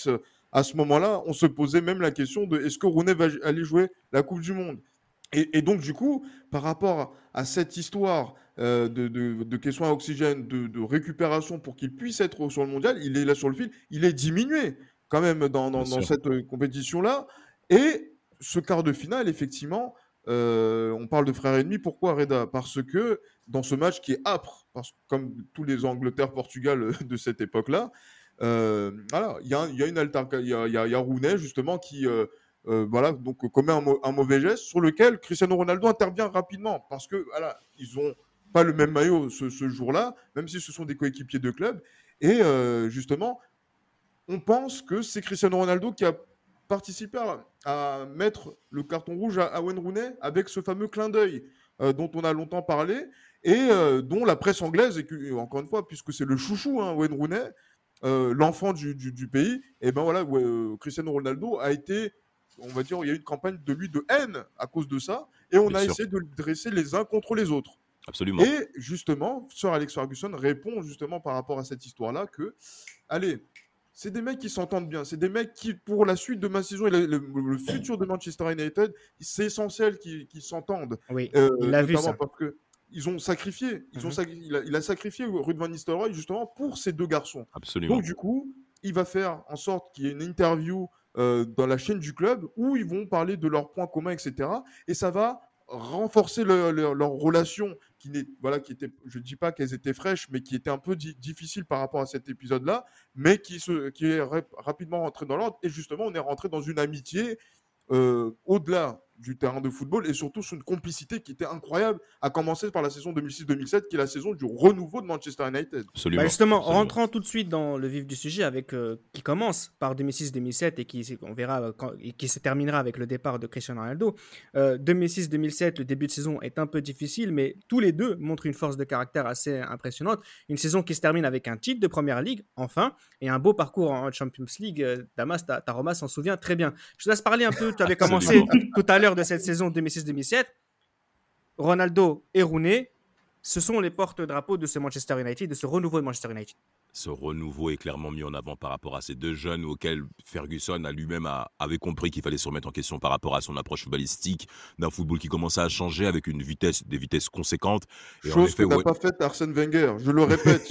à ce moment-là, on se posait même la question de est-ce que Rooney va aller jouer la Coupe du Monde. Et, et donc, du coup, par rapport à cette histoire euh, de, de, de questions à oxygène, de, de récupération pour qu'il puisse être sur le mondial, il est là sur le fil, il est diminué quand même dans, dans, dans cette euh, compétition-là. Et ce quart de finale, effectivement, euh, on parle de frères ennemis. Pourquoi, Reda ? Parce que dans ce match qui est âpre, parce que comme tous les Angleterre-Portugal de cette époque-là, euh, voilà, il y a, y a une altercation, il y a, y a, y a Rooney justement qui... Euh, Euh, voilà, donc commet un, mo- un mauvais geste sur lequel Cristiano Ronaldo intervient rapidement parce que voilà, ils ont pas le même maillot ce, ce jour-là, même si ce sont des coéquipiers de club. Et euh, justement, on pense que c'est Cristiano Ronaldo qui a participé à, à mettre le carton rouge à, à Wayne Rooney avec ce fameux clin d'œil euh, dont on a longtemps parlé et euh, dont la presse anglaise, et que, encore une fois, puisque c'est le chouchou, hein, Wayne Rooney, euh, l'enfant du, du, du pays, et ben voilà, ouais, euh, Cristiano Ronaldo a été, on va dire, il y a eu une campagne de lui de haine à cause de ça, et on Bien a sûr. essayé de le dresser les uns contre les autres. Absolument. Et justement, Sir Alex Ferguson répond justement par rapport à cette histoire-là que, allez, c'est des mecs qui s'entendent bien, c'est des mecs qui, pour la suite de ma saison et le, le- le futur de Manchester United, c'est essentiel qu'ils qu'ils s'entendent. Oui, Euh, il l'a vu notamment ça. parce que ils ont sacrifié, ils ont Mhm. sacri- il, a, il a sacrifié Ruud van Nistelrooy justement pour ces deux garçons. Absolument. Donc, du coup, il va faire en sorte qu'il y ait une interview euh, dans la chaîne du club où ils vont parler de leurs points communs, et cetera. Et ça va renforcer le- le- leur relation qui n'est voilà qui était, je dis pas qu'elles étaient fraîches, mais qui étaient un peu di- difficiles par rapport à cet épisode-là, mais qui se qui est rap- rapidement rentré dans l'ordre. Et justement, on est rentré dans une amitié euh, au-delà du terrain de football et surtout sur une complicité qui était incroyable, à commencer par la saison deux mille six deux mille sept, qui est la saison du renouveau de Manchester United. Absolument. Bah justement, Absolument. rentrant tout de suite dans le vif du sujet, avec euh, qui commence par deux mille six deux mille sept et qui, on verra, euh, quand, et qui se terminera avec le départ de Cristiano Ronaldo. Euh, deux mille six deux mille sept, le début de saison est un peu difficile, mais tous les deux montrent une force de caractère assez impressionnante. Une saison qui se termine avec un titre de Première Ligue, enfin, et un beau parcours en Champions League. Euh, Damas, ta, ta Roma s'en souvient très bien. Je te laisse parler un peu, tu avais commencé Absolument. tout à l'heure de cette saison deux mille six deux mille sept. Ronaldo et Rooney, ce sont les porte-drapeaux de ce Manchester United, de ce renouveau de Manchester United. Ce renouveau est clairement mis en avant par rapport à ces deux jeunes auxquels Ferguson a lui-même a- avait compris qu'il fallait se remettre en question par rapport à son approche footballistique d'un football qui commençait à changer avec une vitesse, des vitesses conséquentes. Et en Chose effet, que n'a ouais- pas faite Arsène Wenger, je le répète.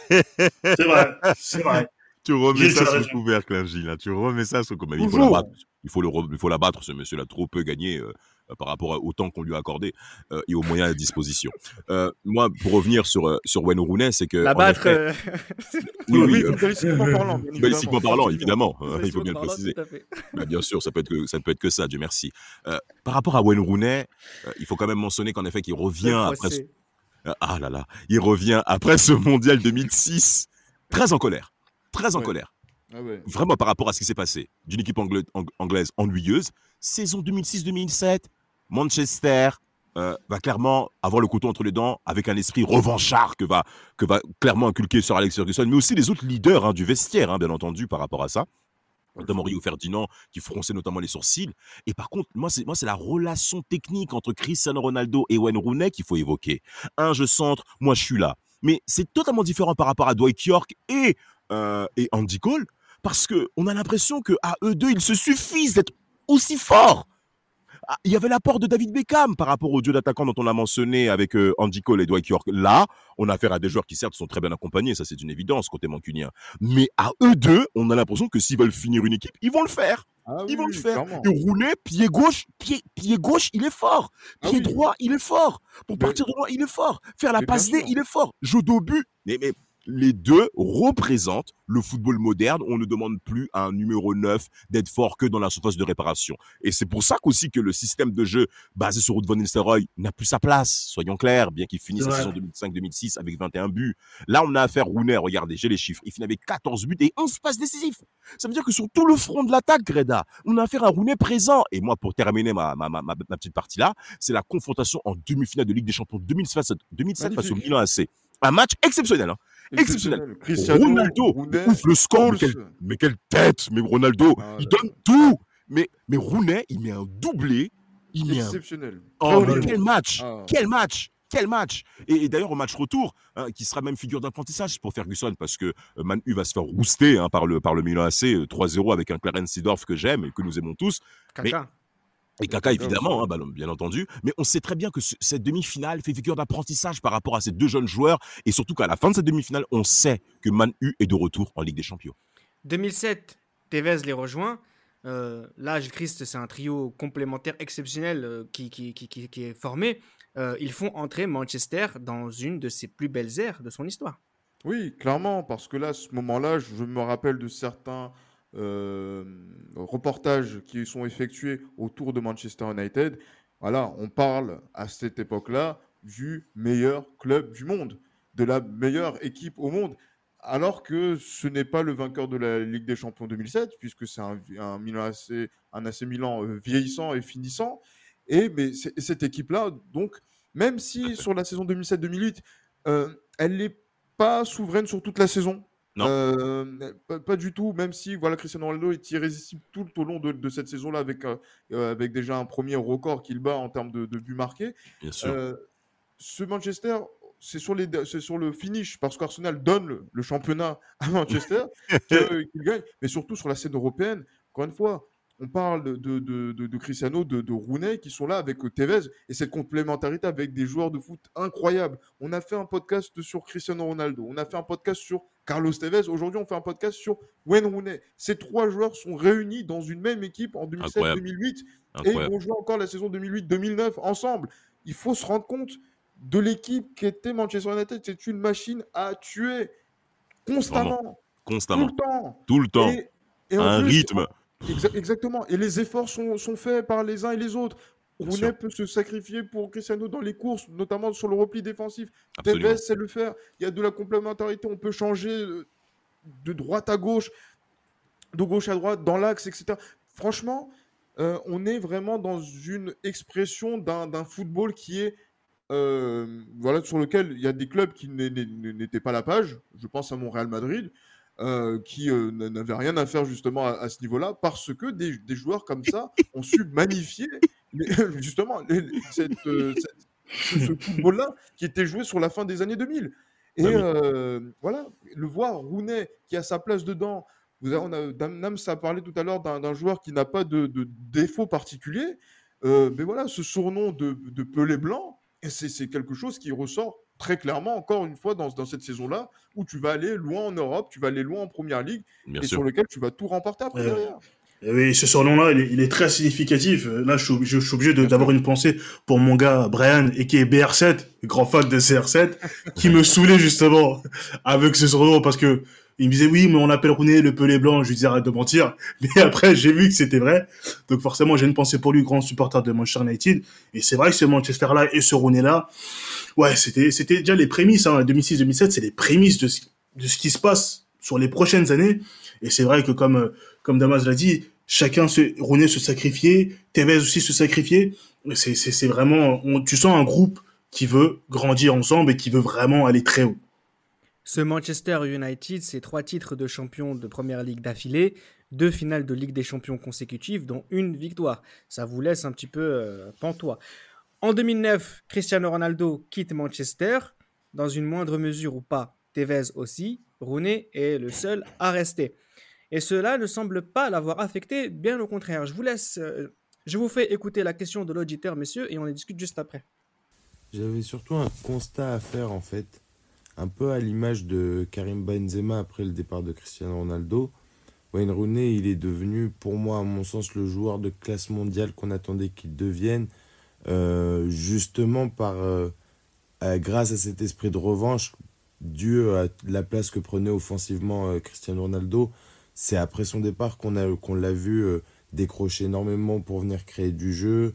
C'est vrai, c'est vrai. Tu remets Gilles, ça tu as sous le raison. couvercle, hein, Gilles. hein. Tu remets ça sous le couvercle. Il faut Toujours. l'abattre. Il faut le re- il faut l'abattre. Ce monsieur-là trop peu gagné euh, euh, par rapport à- au temps qu'on lui a accordé euh, et aux moyens à disposition. Euh, moi, pour revenir sur euh, sur Wayne Rooney, c'est que en L'abattre. effet- euh, oui, oui, oui, euh, footballistiquement parlant. bien footballistiquement évidemment. parlant, évidemment. hein, il faut bien le parlant, préciser. tout à fait. Bah, bien sûr, ça peut être que ça ne peut être que ça. Dieu merci. Euh, par rapport à Wayne Rooney, euh, il faut quand même mentionner qu'en effet, qu'il revient Le après. ce- procès. euh, Ah là là, il revient après ce mondial deux mille six, très en colère, très en Ouais. colère. Ah ouais. Vraiment par rapport à ce qui s'est passé, d'une équipe angla- ang- anglaise ennuyeuse. Saison deux mille six deux mille sept, Manchester euh, va clairement avoir le couteau entre les dents avec un esprit revanchard que va, que va clairement inculquer Sir Alex Ferguson, mais aussi les autres leaders hein, du vestiaire, hein, bien entendu, par rapport à ça. Notamment Rio Ferdinand qui fronçait notamment les sourcils. Et par contre, moi, c'est, moi, c'est la relation technique entre Cristiano Ronaldo et Wayne Rooney qu'il faut évoquer. Un, je centre, moi, je suis là. Mais c'est totalement différent par rapport à Dwight York et, euh, et Andy Cole, parce qu'on a l'impression qu'à eux deux, ils se suffisent d'être aussi forts. Ah, il y avait l'apport de David Beckham par rapport au duo d'attaquants dont on a mentionné avec euh, Andy Cole et Dwight York. Là, on a affaire à des joueurs qui certes sont très bien accompagnés, ça c'est une évidence côté mancunien. Mais à eux deux, on a l'impression que s'ils veulent finir une équipe, ils vont le faire. Ah Ils vont oui, le faire. clairement. Et Rooney, pied gauche, pied, pied gauche, il est fort. Ah Pied oui. droit, il est fort. Pour Mais- partir de loin, il est fort. Faire la Mais bien passe D, sûr. il est fort. Jeu au but. Mais, mais les deux représentent le football moderne. On ne demande plus à un numéro neuf d'être fort que dans la surface de réparation. Et c'est pour ça qu'aussi que le système de jeu basé sur Ruud van Nistelrooy n'a plus sa place. Soyons clairs, bien qu'il finisse C'est la vrai. saison deux mille cinq deux mille six avec vingt et un buts. Là, on a affaire à Rooney. Regardez, j'ai les chiffres. Il finit avec quatorze buts et onze passes décisives. Ça veut dire que sur tout le front de l'attaque, Greda, on a affaire à un Rooney présent. Et moi, pour terminer ma, ma, ma, ma, ma petite partie là, c'est la confrontation en demi-finale de Ligue des Champions deux mille sept, deux mille sept face au Magnifique. Milan A C. Un match exceptionnel. Hein. Exceptionnel. Cristiano Ronaldo, Rooney, ouf le score, mais, Scholes. quel- mais quelle tête, mais Ronaldo, Ah il là donne tout. Mais, mais Rooney, il met un doublé, il met un... Exceptionnel. Oh, mais Très quel match, Ah. quel match. quel match! Et, et d'ailleurs, au match retour, hein, qui sera même figure d'apprentissage pour Ferguson, parce que euh, Man U va se faire rouster hein, par, le, par le Milan A C euh, trois zéro avec un Clarence Seedorf que j'aime et que nous aimons tous. Mais, Kaka. et Kaka, Kaka évidemment, aussi. hein, bah, bien entendu. Mais on sait très bien que ce- cette demi-finale fait figure d'apprentissage par rapport à ces deux jeunes joueurs. Et surtout qu'à la fin de cette demi-finale, on sait que Man U est de retour en Ligue des Champions. deux mille sept, Tevez les rejoint. Euh, là, Gilles Christ, c'est un trio complémentaire exceptionnel euh, qui, qui, qui, qui- qui est formé. Euh, ils font entrer Manchester dans une de ses plus belles ères de son histoire. Oui, clairement, parce que là, à ce moment-là, je me rappelle de certains euh, reportages qui sont effectués autour de Manchester United. Voilà, on parle à cette époque-là du meilleur club du monde, de la meilleure équipe au monde, alors que ce n'est pas le vainqueur de la Ligue des Champions deux mille sept, puisque c'est un, un Milan A C, un A C Milan euh, vieillissant et finissant. Et mais c'est- cette équipe-là, donc, même si sur la saison deux mille sept deux mille huit, euh, elle n'est pas souveraine sur toute la saison. Non. Euh, pas, pas du tout, même si voilà, Cristiano Ronaldo est irrésistible tout au long de, de cette saison-là avec, euh, euh, avec déjà un premier record qu'il bat en termes de, de buts marqués. Bien sûr. Euh, ce Manchester, c'est sur, les, c'est sur le finish, parce qu'Arsenal donne le, le championnat à Manchester, que- qu'il gagne, mais surtout sur la scène européenne. Encore une fois, on parle de, de, de, de- de Cristiano, de, de Rooney, qui sont là avec euh, Tevez, et cette complémentarité avec des joueurs de foot incroyables. On a fait un podcast sur Cristiano Ronaldo, on a fait un podcast sur Carlos Tevez, aujourd'hui on fait un podcast sur Wayne Rooney. Ces trois joueurs sont réunis dans une même équipe en deux mille sept deux mille huit, et ils Incroyable. vont jouer encore la saison deux mille huit deux mille neuf ensemble. Il faut se rendre compte de l'équipe qui était Manchester United. C'est une machine à tuer constamment, tout Constamment. le temps. Tout le temps. Et, et en Un plus, rythme. exa- exactement. Et les efforts sont, sont faits par les uns et les autres. Bien Rooney sûr. peut se sacrifier pour Cristiano dans les courses, notamment sur le repli défensif. Absolument. Tevez sait le faire. Il y a de la complémentarité. On peut changer euh, de droite à gauche, de gauche à droite, dans l'axe, et cetera. Franchement, euh, on est vraiment dans une expression d'un d'un football qui est euh, voilà, sur lequel il y a des clubs qui n'est- n'est- n'étaient pas à la page. Je pense à mon Real Madrid, euh, qui euh, n- n'avait rien à faire justement à, à ce niveau-là, parce que des, des joueurs comme ça ont su magnifier les- justement les- les- cette, euh, cette- ce, ce football-là qui était joué sur la fin des années deux mille. Et Bah oui. euh, voilà, le voir Rooney qui a sa place dedans. Vous avez, on a, Dam- Nams a parlé tout à l'heure d'un d'un joueur qui n'a pas de, de défaut particulier. Euh, mais voilà, ce surnom de, de Pelé blanc, et c'est c'est quelque chose qui ressort très clairement, encore une fois, dans, dans cette saison-là, où tu vas aller loin en Europe, tu vas aller loin en Première Ligue, Bien et sûr. sur lequel tu vas tout remporter après Ouais. derrière. Et oui, ce surnom-là, il est, il est très significatif. Euh, Là, je suis obligé, je suis obligé de- Bien d'avoir sûr. une pensée pour mon gars Brian, et qui est B R sept, grand fan de C R sept, qui me saoulait justement avec ce surnom parce que il me disait oui, mais on appelle Rooney le Pelé blanc. Je lui disais arrête de mentir. Mais après, j'ai vu que c'était vrai. Donc forcément, j'ai une pensée pour lui, grand supporter de Manchester United. Et c'est vrai que ce Manchester-là et ce Rooney-là, ouais, c'était, c'était déjà les prémices. Hein. deux mille six deux mille sept, c'est les prémices de ce, de ce qui se passe sur les prochaines années. Et c'est vrai que comme euh, comme Damas l'a dit, chacun se, Rooney se sacrifiait, Tevez aussi se sacrifiait. C'est, c'est, c'est vraiment, on, tu sens un groupe qui veut grandir ensemble et qui veut vraiment aller très haut. Ce Manchester United, c'est trois titres de champion de Première Ligue d'affilée, deux finales de Ligue des Champions consécutives, dont une victoire. Ça vous laisse un petit peu euh, pantois. En deux mille neuf, Cristiano Ronaldo quitte Manchester, dans une moindre mesure ou pas, Tevez aussi. Rooney est le seul à rester. Et cela ne semble pas l'avoir affecté, bien au contraire. Je vous laisse, euh, je vous fais écouter la question de l'auditeur, messieurs, et on en discute juste après. J'avais surtout un constat à faire en fait, un peu à l'image de Karim Benzema après le départ de Cristiano Ronaldo. Wayne Rooney, il est devenu pour moi à mon sens le joueur de classe mondiale qu'on attendait qu'il devienne, euh, justement par, euh, euh, grâce à cet esprit de revanche dû à la place que prenait offensivement euh, Cristiano Ronaldo. C'est après son départ qu'on a, qu'on l'a vu euh, décrocher énormément pour venir créer du jeu,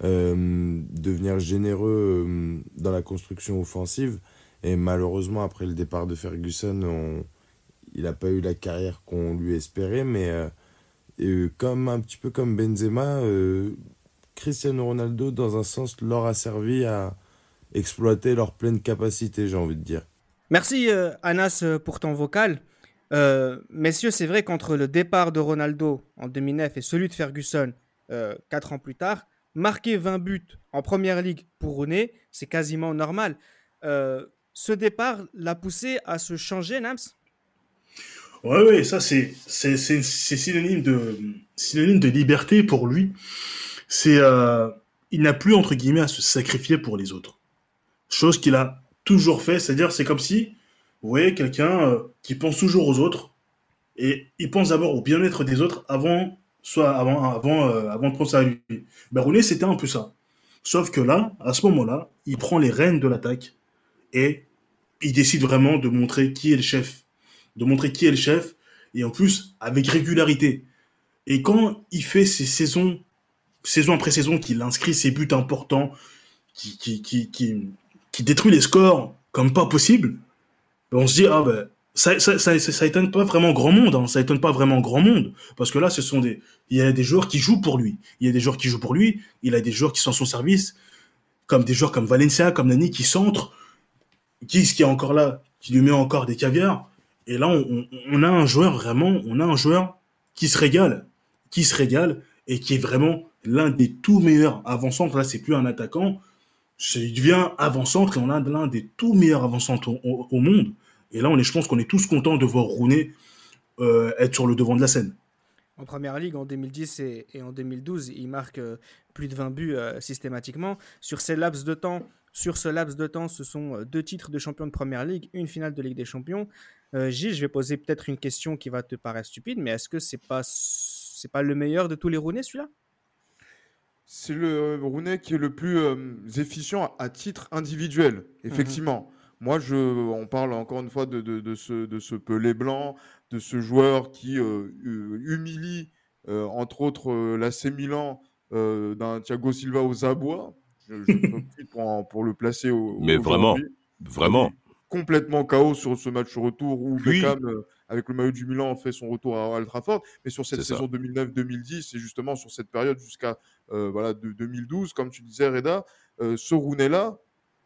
euh, devenir généreux euh, dans la construction offensive. Et malheureusement, après le départ de Ferguson, on, il n'a pas eu la carrière qu'on lui espérait. Mais euh, et, comme, un petit peu comme Benzema, euh, Cristiano Ronaldo, dans un sens, leur a servi à exploiter leur pleine capacité, j'ai envie de dire. Merci euh, Anas euh, pour ton vocal. Euh, messieurs, c'est vrai qu'entre le départ de Ronaldo en deux mille neuf et celui de Ferguson euh, quatre ans plus tard, marquer vingt buts en première ligue pour Rooney, c'est quasiment normal. Euh, ce départ l'a poussé à se changer, Nams? Ouais, ouais, ça c'est c'est c'est c'est synonyme de synonyme de liberté pour lui. C'est euh, il n'a plus entre guillemets à se sacrifier pour les autres. Chose qu'il a toujours fait, c'est-à-dire c'est comme si vous voyez quelqu'un euh, qui pense toujours aux autres et il pense d'abord au bien-être des autres avant soit avant avant euh, avant de penser à lui. Ben Rooney c'était un peu ça. Sauf que là, à ce moment-là, il prend les rênes de l'attaque et il décide vraiment de montrer qui est le chef, de montrer qui est le chef et en plus avec régularité. Et quand il fait ses saisons, saison après saison, qu'il inscrit ses buts importants, qui qui qui qui, qui détruit les scores comme pas possible, ben on se dit ah ben ça, ça, ça, ça, ça étonne pas vraiment grand monde, hein. Ça étonne pas vraiment grand monde, parce que là, ce sont des, il y a des joueurs qui jouent pour lui, il y a des joueurs qui jouent pour lui, il a des joueurs qui sont à son service, comme des joueurs comme Valencia, comme Nani, qui centrent, qui, qui est encore là, qui lui met encore des caviars, et là, on, on, on a un joueur vraiment, on a un joueur qui se régale, qui se régale, et qui est vraiment l'un des tout meilleurs avant-centres. Là, c'est plus un attaquant, c'est, il devient avant-centre, et on a l'un des tout meilleurs avant-centres au, au, au monde. Et là, on est, je pense qu'on est tous contents de voir Rooney euh, être sur le devant de la scène. En première ligue, en deux mille dix et, et en deux mille douze, il marque euh, plus de vingt buts euh, systématiquement. Sur ces laps de temps, sur ce laps de temps, ce sont euh, deux titres de champion de première ligue, une finale de Ligue des Champions. Euh, Gilles, je vais poser peut-être une question qui va te paraître stupide, mais est-ce que c'est pas c'est pas le meilleur de tous les Rooney, celui-là? C'est le Rooney qui est le plus euh, efficient à, à titre individuel, effectivement. Mm-hmm. Moi, je, on parle encore une fois de, de, de, ce, de ce Pelé blanc, de ce joueur qui euh, humilie, euh, entre autres, euh, l'A C Milan euh, d'un Thiago Silva aux abois. Je, je peux plus pour, pour le placer au, Mais vraiment, vraiment. Complètement chaos sur ce match retour où oui. Beckham, euh, avec le maillot du Milan, fait son retour à Old Trafford. Mais sur cette c'est saison deux mille neuf deux mille dix, et justement sur cette période jusqu'à euh, voilà, de deux mille douze, comme tu disais, Reda, euh, ce Rooney-là,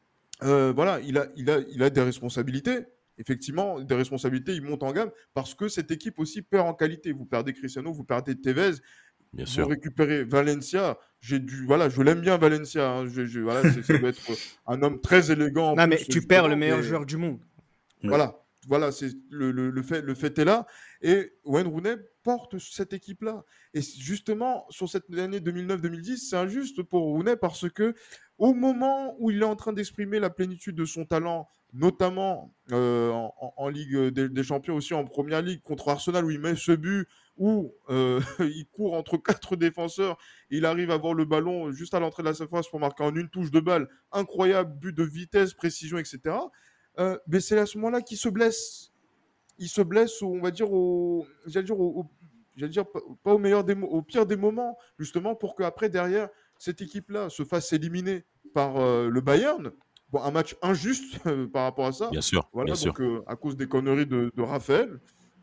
Euh, voilà, il a, il, a, il a des responsabilités. Effectivement, des responsabilités, il monte en gamme parce que cette équipe aussi perd en qualité. Vous perdez Cristiano, vous perdez Tevez, bien vous sûr. récupérez Valencia. J'ai dû, voilà, je l'aime bien Valencia. Hein. Je, je, voilà, c'est, ça doit être un homme très élégant. Non, mais tu perds le meilleur mais... joueur du monde. Voilà, voilà, c'est le, le, le fait, le fait est là. Et Wayne Rooney porte cette équipe-là. Et justement, sur cette année deux mille neuf deux mille dix, c'est injuste pour Rooney parce que au moment où il est en train d'exprimer la plénitude de son talent, notamment euh, en, en Ligue des, des Champions, aussi en Première Ligue contre Arsenal, où il met ce but, où euh, il court entre quatre défenseurs, et il arrive à avoir le ballon juste à l'entrée de la surface pour marquer en une touche de balle, incroyable, but de vitesse, précision, et cetera. Euh, mais c'est à ce moment-là qu'il se blesse. Il se blesse, on va dire, au, j'allais dire, au, au, j'allais dire pas au meilleur des, au pire des moments, justement, pour qu'après, derrière, cette équipe-là se fasse éliminer par euh, le Bayern. Bon, un match injuste euh, par rapport à ça. Bien sûr. Voilà, bien donc sûr. Euh, à cause des conneries de, de Raphaël.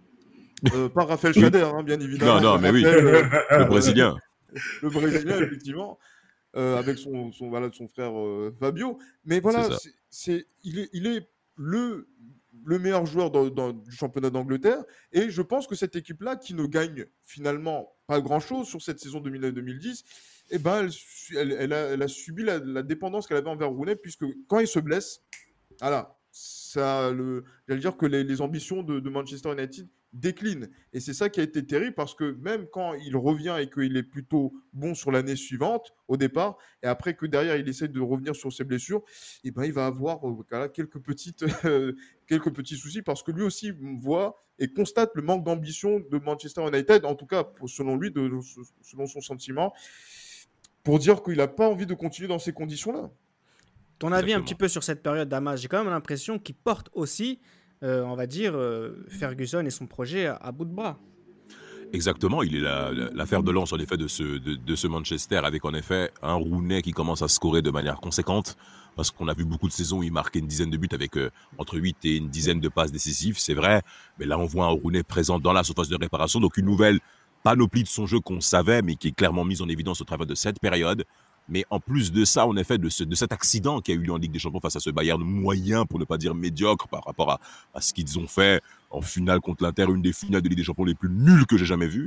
Euh, pas Raphaël Chader, hein, bien évidemment. Non, non, mais Raphaël, oui. Euh, le Brésilien. Le Brésilien, effectivement. Euh, avec son, son, voilà, son frère euh, Fabio. Mais voilà, c'est, c'est, il, est, il est le, le meilleur joueur dans, dans, du championnat d'Angleterre. Et je pense que cette équipe-là, qui ne gagne finalement pas grand-chose sur cette saison deux mille neuf deux mille dix, eh ben, elle, elle, elle, a, elle a subi la, la dépendance qu'elle avait envers Rooney, puisque quand il se blesse, voilà, ça, le, j'allais dire que les, les ambitions de, de Manchester United déclinent. Et c'est ça qui a été terrible, parce que même quand il revient et qu'il est plutôt bon sur l'année suivante, au départ, et après que derrière il essaie de revenir sur ses blessures, eh ben, il va avoir euh, quelques, petites, euh, quelques petits soucis, parce que lui aussi voit et constate le manque d'ambition de Manchester United, en tout cas selon lui, de, selon son sentiment, pour dire qu'il n'a pas envie de continuer dans ces conditions-là. Ton avis Exactement. Un petit peu sur cette période d'Hamas, j'ai quand même l'impression qu'il porte aussi, euh, on va dire, euh, Ferguson et son projet à, à bout de bras. Exactement, il est la, la, l'affaire de lance en effet de ce, de, de ce Manchester, avec en effet un Rooney qui commence à scorer de manière conséquente, parce qu'on a vu beaucoup de saisons où il marquait une dizaine de buts avec euh, entre huit et une dizaine de passes décisives, c'est vrai, mais là on voit un Rooney présent dans la surface de réparation, donc une nouvelle panoplie de son jeu qu'on savait, mais qui est clairement mise en évidence au travers de cette période. Mais en plus de ça, en effet, de, ce, de cet accident qui a eu lieu en Ligue des Champions face à ce Bayern moyen, pour ne pas dire médiocre, par rapport à, à ce qu'ils ont fait en finale contre l'Inter, une des finales de Ligue des Champions les plus nulles que j'ai jamais vues,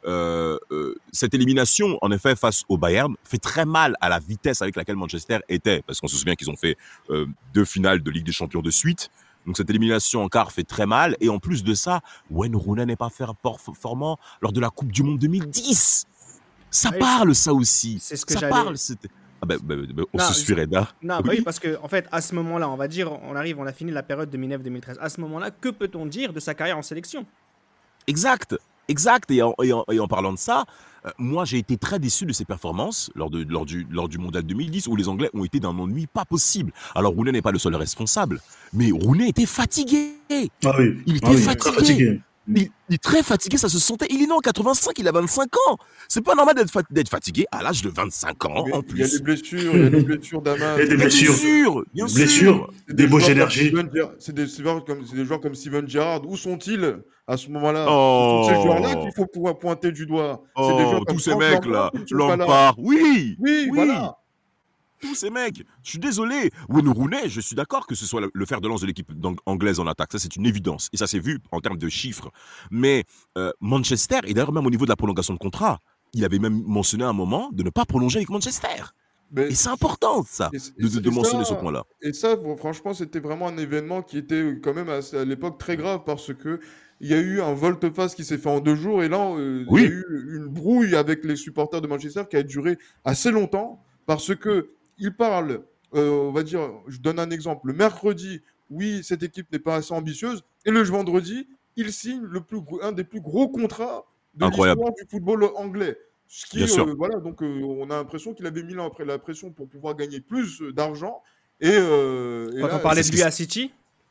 euh, euh, cette élimination, en effet, face au Bayern, fait très mal à la vitesse avec laquelle Manchester était, parce qu'on se souvient qu'ils ont fait euh, deux finales de Ligue des Champions de suite. Donc cette élimination en quart fait très mal. Et en plus de ça, Wayne Rooney n'est pas performant lors de la Coupe du Monde deux mille dix. Ça Oui, parle, ça aussi. c'est ce que ça j'allais- parle. c'était- Ah ben, ben, ben, on Non, se suit, Reda. Non, bah Oui. oui, parce que en fait, à ce moment-là, on va dire, on arrive, on a fini la période deux mille neuf deux mille treize. À ce moment-là, que peut-on dire de sa carrière en sélection? Exact, exact. Et en, et en- et en parlant de ça, euh, moi j'ai été très déçu de ses performances lors, de, lors, du, lors du Mondial deux mille dix où les Anglais ont été d'un ennui pas possible. Alors Rooney n'est pas le seul responsable, mais Rooney était fatigué. Ah oui, Il était ah oui, fatigué. très fatigué. Il, il est très fatigué, ça se sentait. Il est né en quatre-vingt-cinq, il a vingt-cinq ans. C'est pas normal d'être, fat- d'être fatigué à l'âge de vingt-cinq ans Mais en il y a plus. des blessures, il y a des blessures d'Amas. Il y a des Bien blessures. sûr, bien Blessures, sûr. C'est débauche joueurs comme d'énergie. Steven Gerrard- C'est des, joueurs comme, c'est des joueurs comme Steven Gerrard. Où sont-ils à ce moment-là? Oh. Ce sont ces joueurs-là qu'il faut pouvoir pointer du doigt. C'est des Oh, joueurs comme tous ces Frank mecs Lampard là, qui ne sont pas là. Lampard, oui, Oui, voilà. tous ces mecs. Je suis désolé. Wayne Rooney, je suis d'accord que ce soit le- le fer de lance de l'équipe d'ang- anglaise en attaque. Ça, c'est une évidence. Et ça s'est vu en termes de chiffres. Mais euh, Manchester, et d'ailleurs même au niveau de la prolongation de contrat, il avait même mentionné à un moment de ne pas prolonger avec Manchester. Mais- Et c'est important, ça, Et- et de, de- ça- de et mentionner ça- ce point-là. Et ça, bon, franchement, c'était vraiment un événement qui était quand même à, à l'époque très grave parce que il y a eu un volte-face qui s'est fait en deux jours et là, euh, Oui. il y a eu une brouille avec les supporters de Manchester qui a duré assez longtemps parce que ils parlent, euh, on va dire, je donne un exemple, le mercredi, oui, cette équipe n'est pas assez ambitieuse et le vendredi, ils signent le plus, gros- un des plus gros contrats de Incroyable. l'histoire du football anglais. Ce qui, Bien sûr. euh, voilà, donc euh, on a l'impression qu'il avait mis là après la pression pour pouvoir gagner plus euh, d'argent. Et, euh, et Quand là, on parlait c'est de ce lui qui- à City,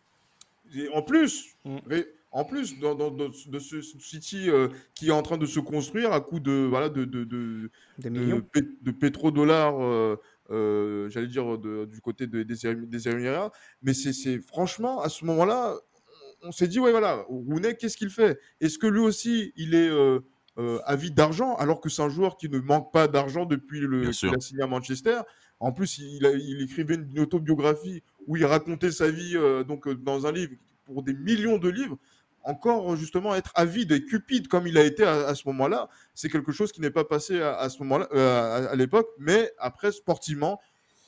et en plus, Mm. ré- en plus dans, dans- dans- de ce City euh, qui est en train de se construire à coup de voilà de, de, de, des de, millions. pé- de pétrodollars, euh, euh, j'allais dire de- du côté de- des, Émi- des Émirats. Mais c'est c'est- franchement à ce moment-là, on, on s'est dit ouais voilà, Rooney qu'est-ce qu'il fait? Est-ce que lui aussi il est euh, euh, avide d'argent alors que c'est un joueur qui ne manque pas d'argent depuis le Bien qu'il sûr. a signé à Manchester? En plus, il, a- il écrivait une, une autobiographie où il racontait sa vie euh, donc euh, dans un livre pour des millions de livres. Encore euh, justement être avide et cupide comme il a été à, à ce moment-là, c'est quelque chose qui n'est pas passé à, à ce moment-là, euh, à, à l'époque. Mais après, sportivement,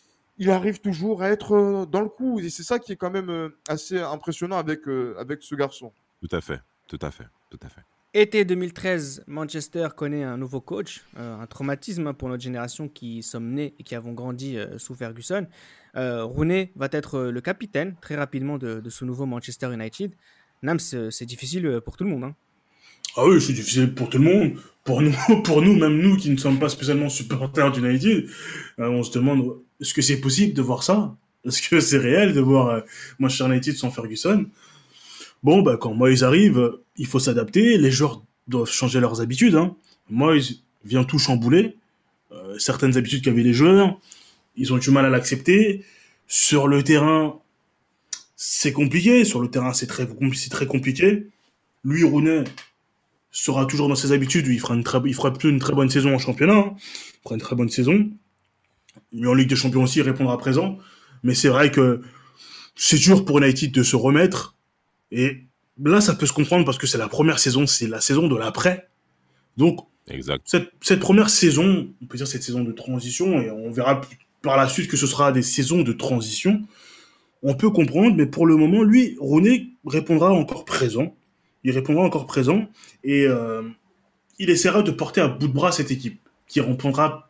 il arrive toujours à être euh, dans le coup. Et c'est ça qui est quand même euh, assez impressionnant avec, euh, avec ce garçon. Tout à fait, tout à fait, tout à fait. Été deux mille treize, Manchester connaît un nouveau coach, euh, un traumatisme pour notre génération qui sommes nés et qui avons grandi euh, sous Ferguson. Euh, Rooney va être euh, le capitaine très rapidement de, de ce nouveau Manchester United. Nams, c'est c'est difficile euh, pour tout le monde. Hein. Ah oui, c'est difficile pour tout le monde. Pour nous, pour nous, même nous qui ne sommes pas spécialement supporters d'United, euh, on se demande est-ce que c'est possible de voir ça? Est-ce que c'est réel de voir euh, Manchester United sans Ferguson? Bon, bah, quand Moyes arrive, euh, il faut s'adapter. Les joueurs doivent changer leurs habitudes. Hein. Moyes vient tout chambouler. Euh, certaines habitudes qu'avaient les joueurs, ils ont du mal à l'accepter. Sur le terrain, c'est compliqué. Sur le terrain, c'est très, c'est très compliqué. Lui, Rooney, sera toujours dans ses habitudes. Il fera, une très, il fera plutôt une très bonne saison en championnat. Hein. Il fera une très bonne saison. Mais en Ligue des Champions aussi, il répondra présent. Mais c'est vrai que c'est dur pour United de se remettre. Et là, ça peut se comprendre parce que c'est la première saison, c'est la saison de l'après. Donc, Exact. cette, cette première saison, on peut dire cette saison de transition, et on verra par la suite que ce sera des saisons de transition, on peut comprendre, mais pour le moment, lui, Rooney répondra encore présent. Il répondra encore présent, et euh, il essaiera de porter à bout de bras cette équipe, qui répondra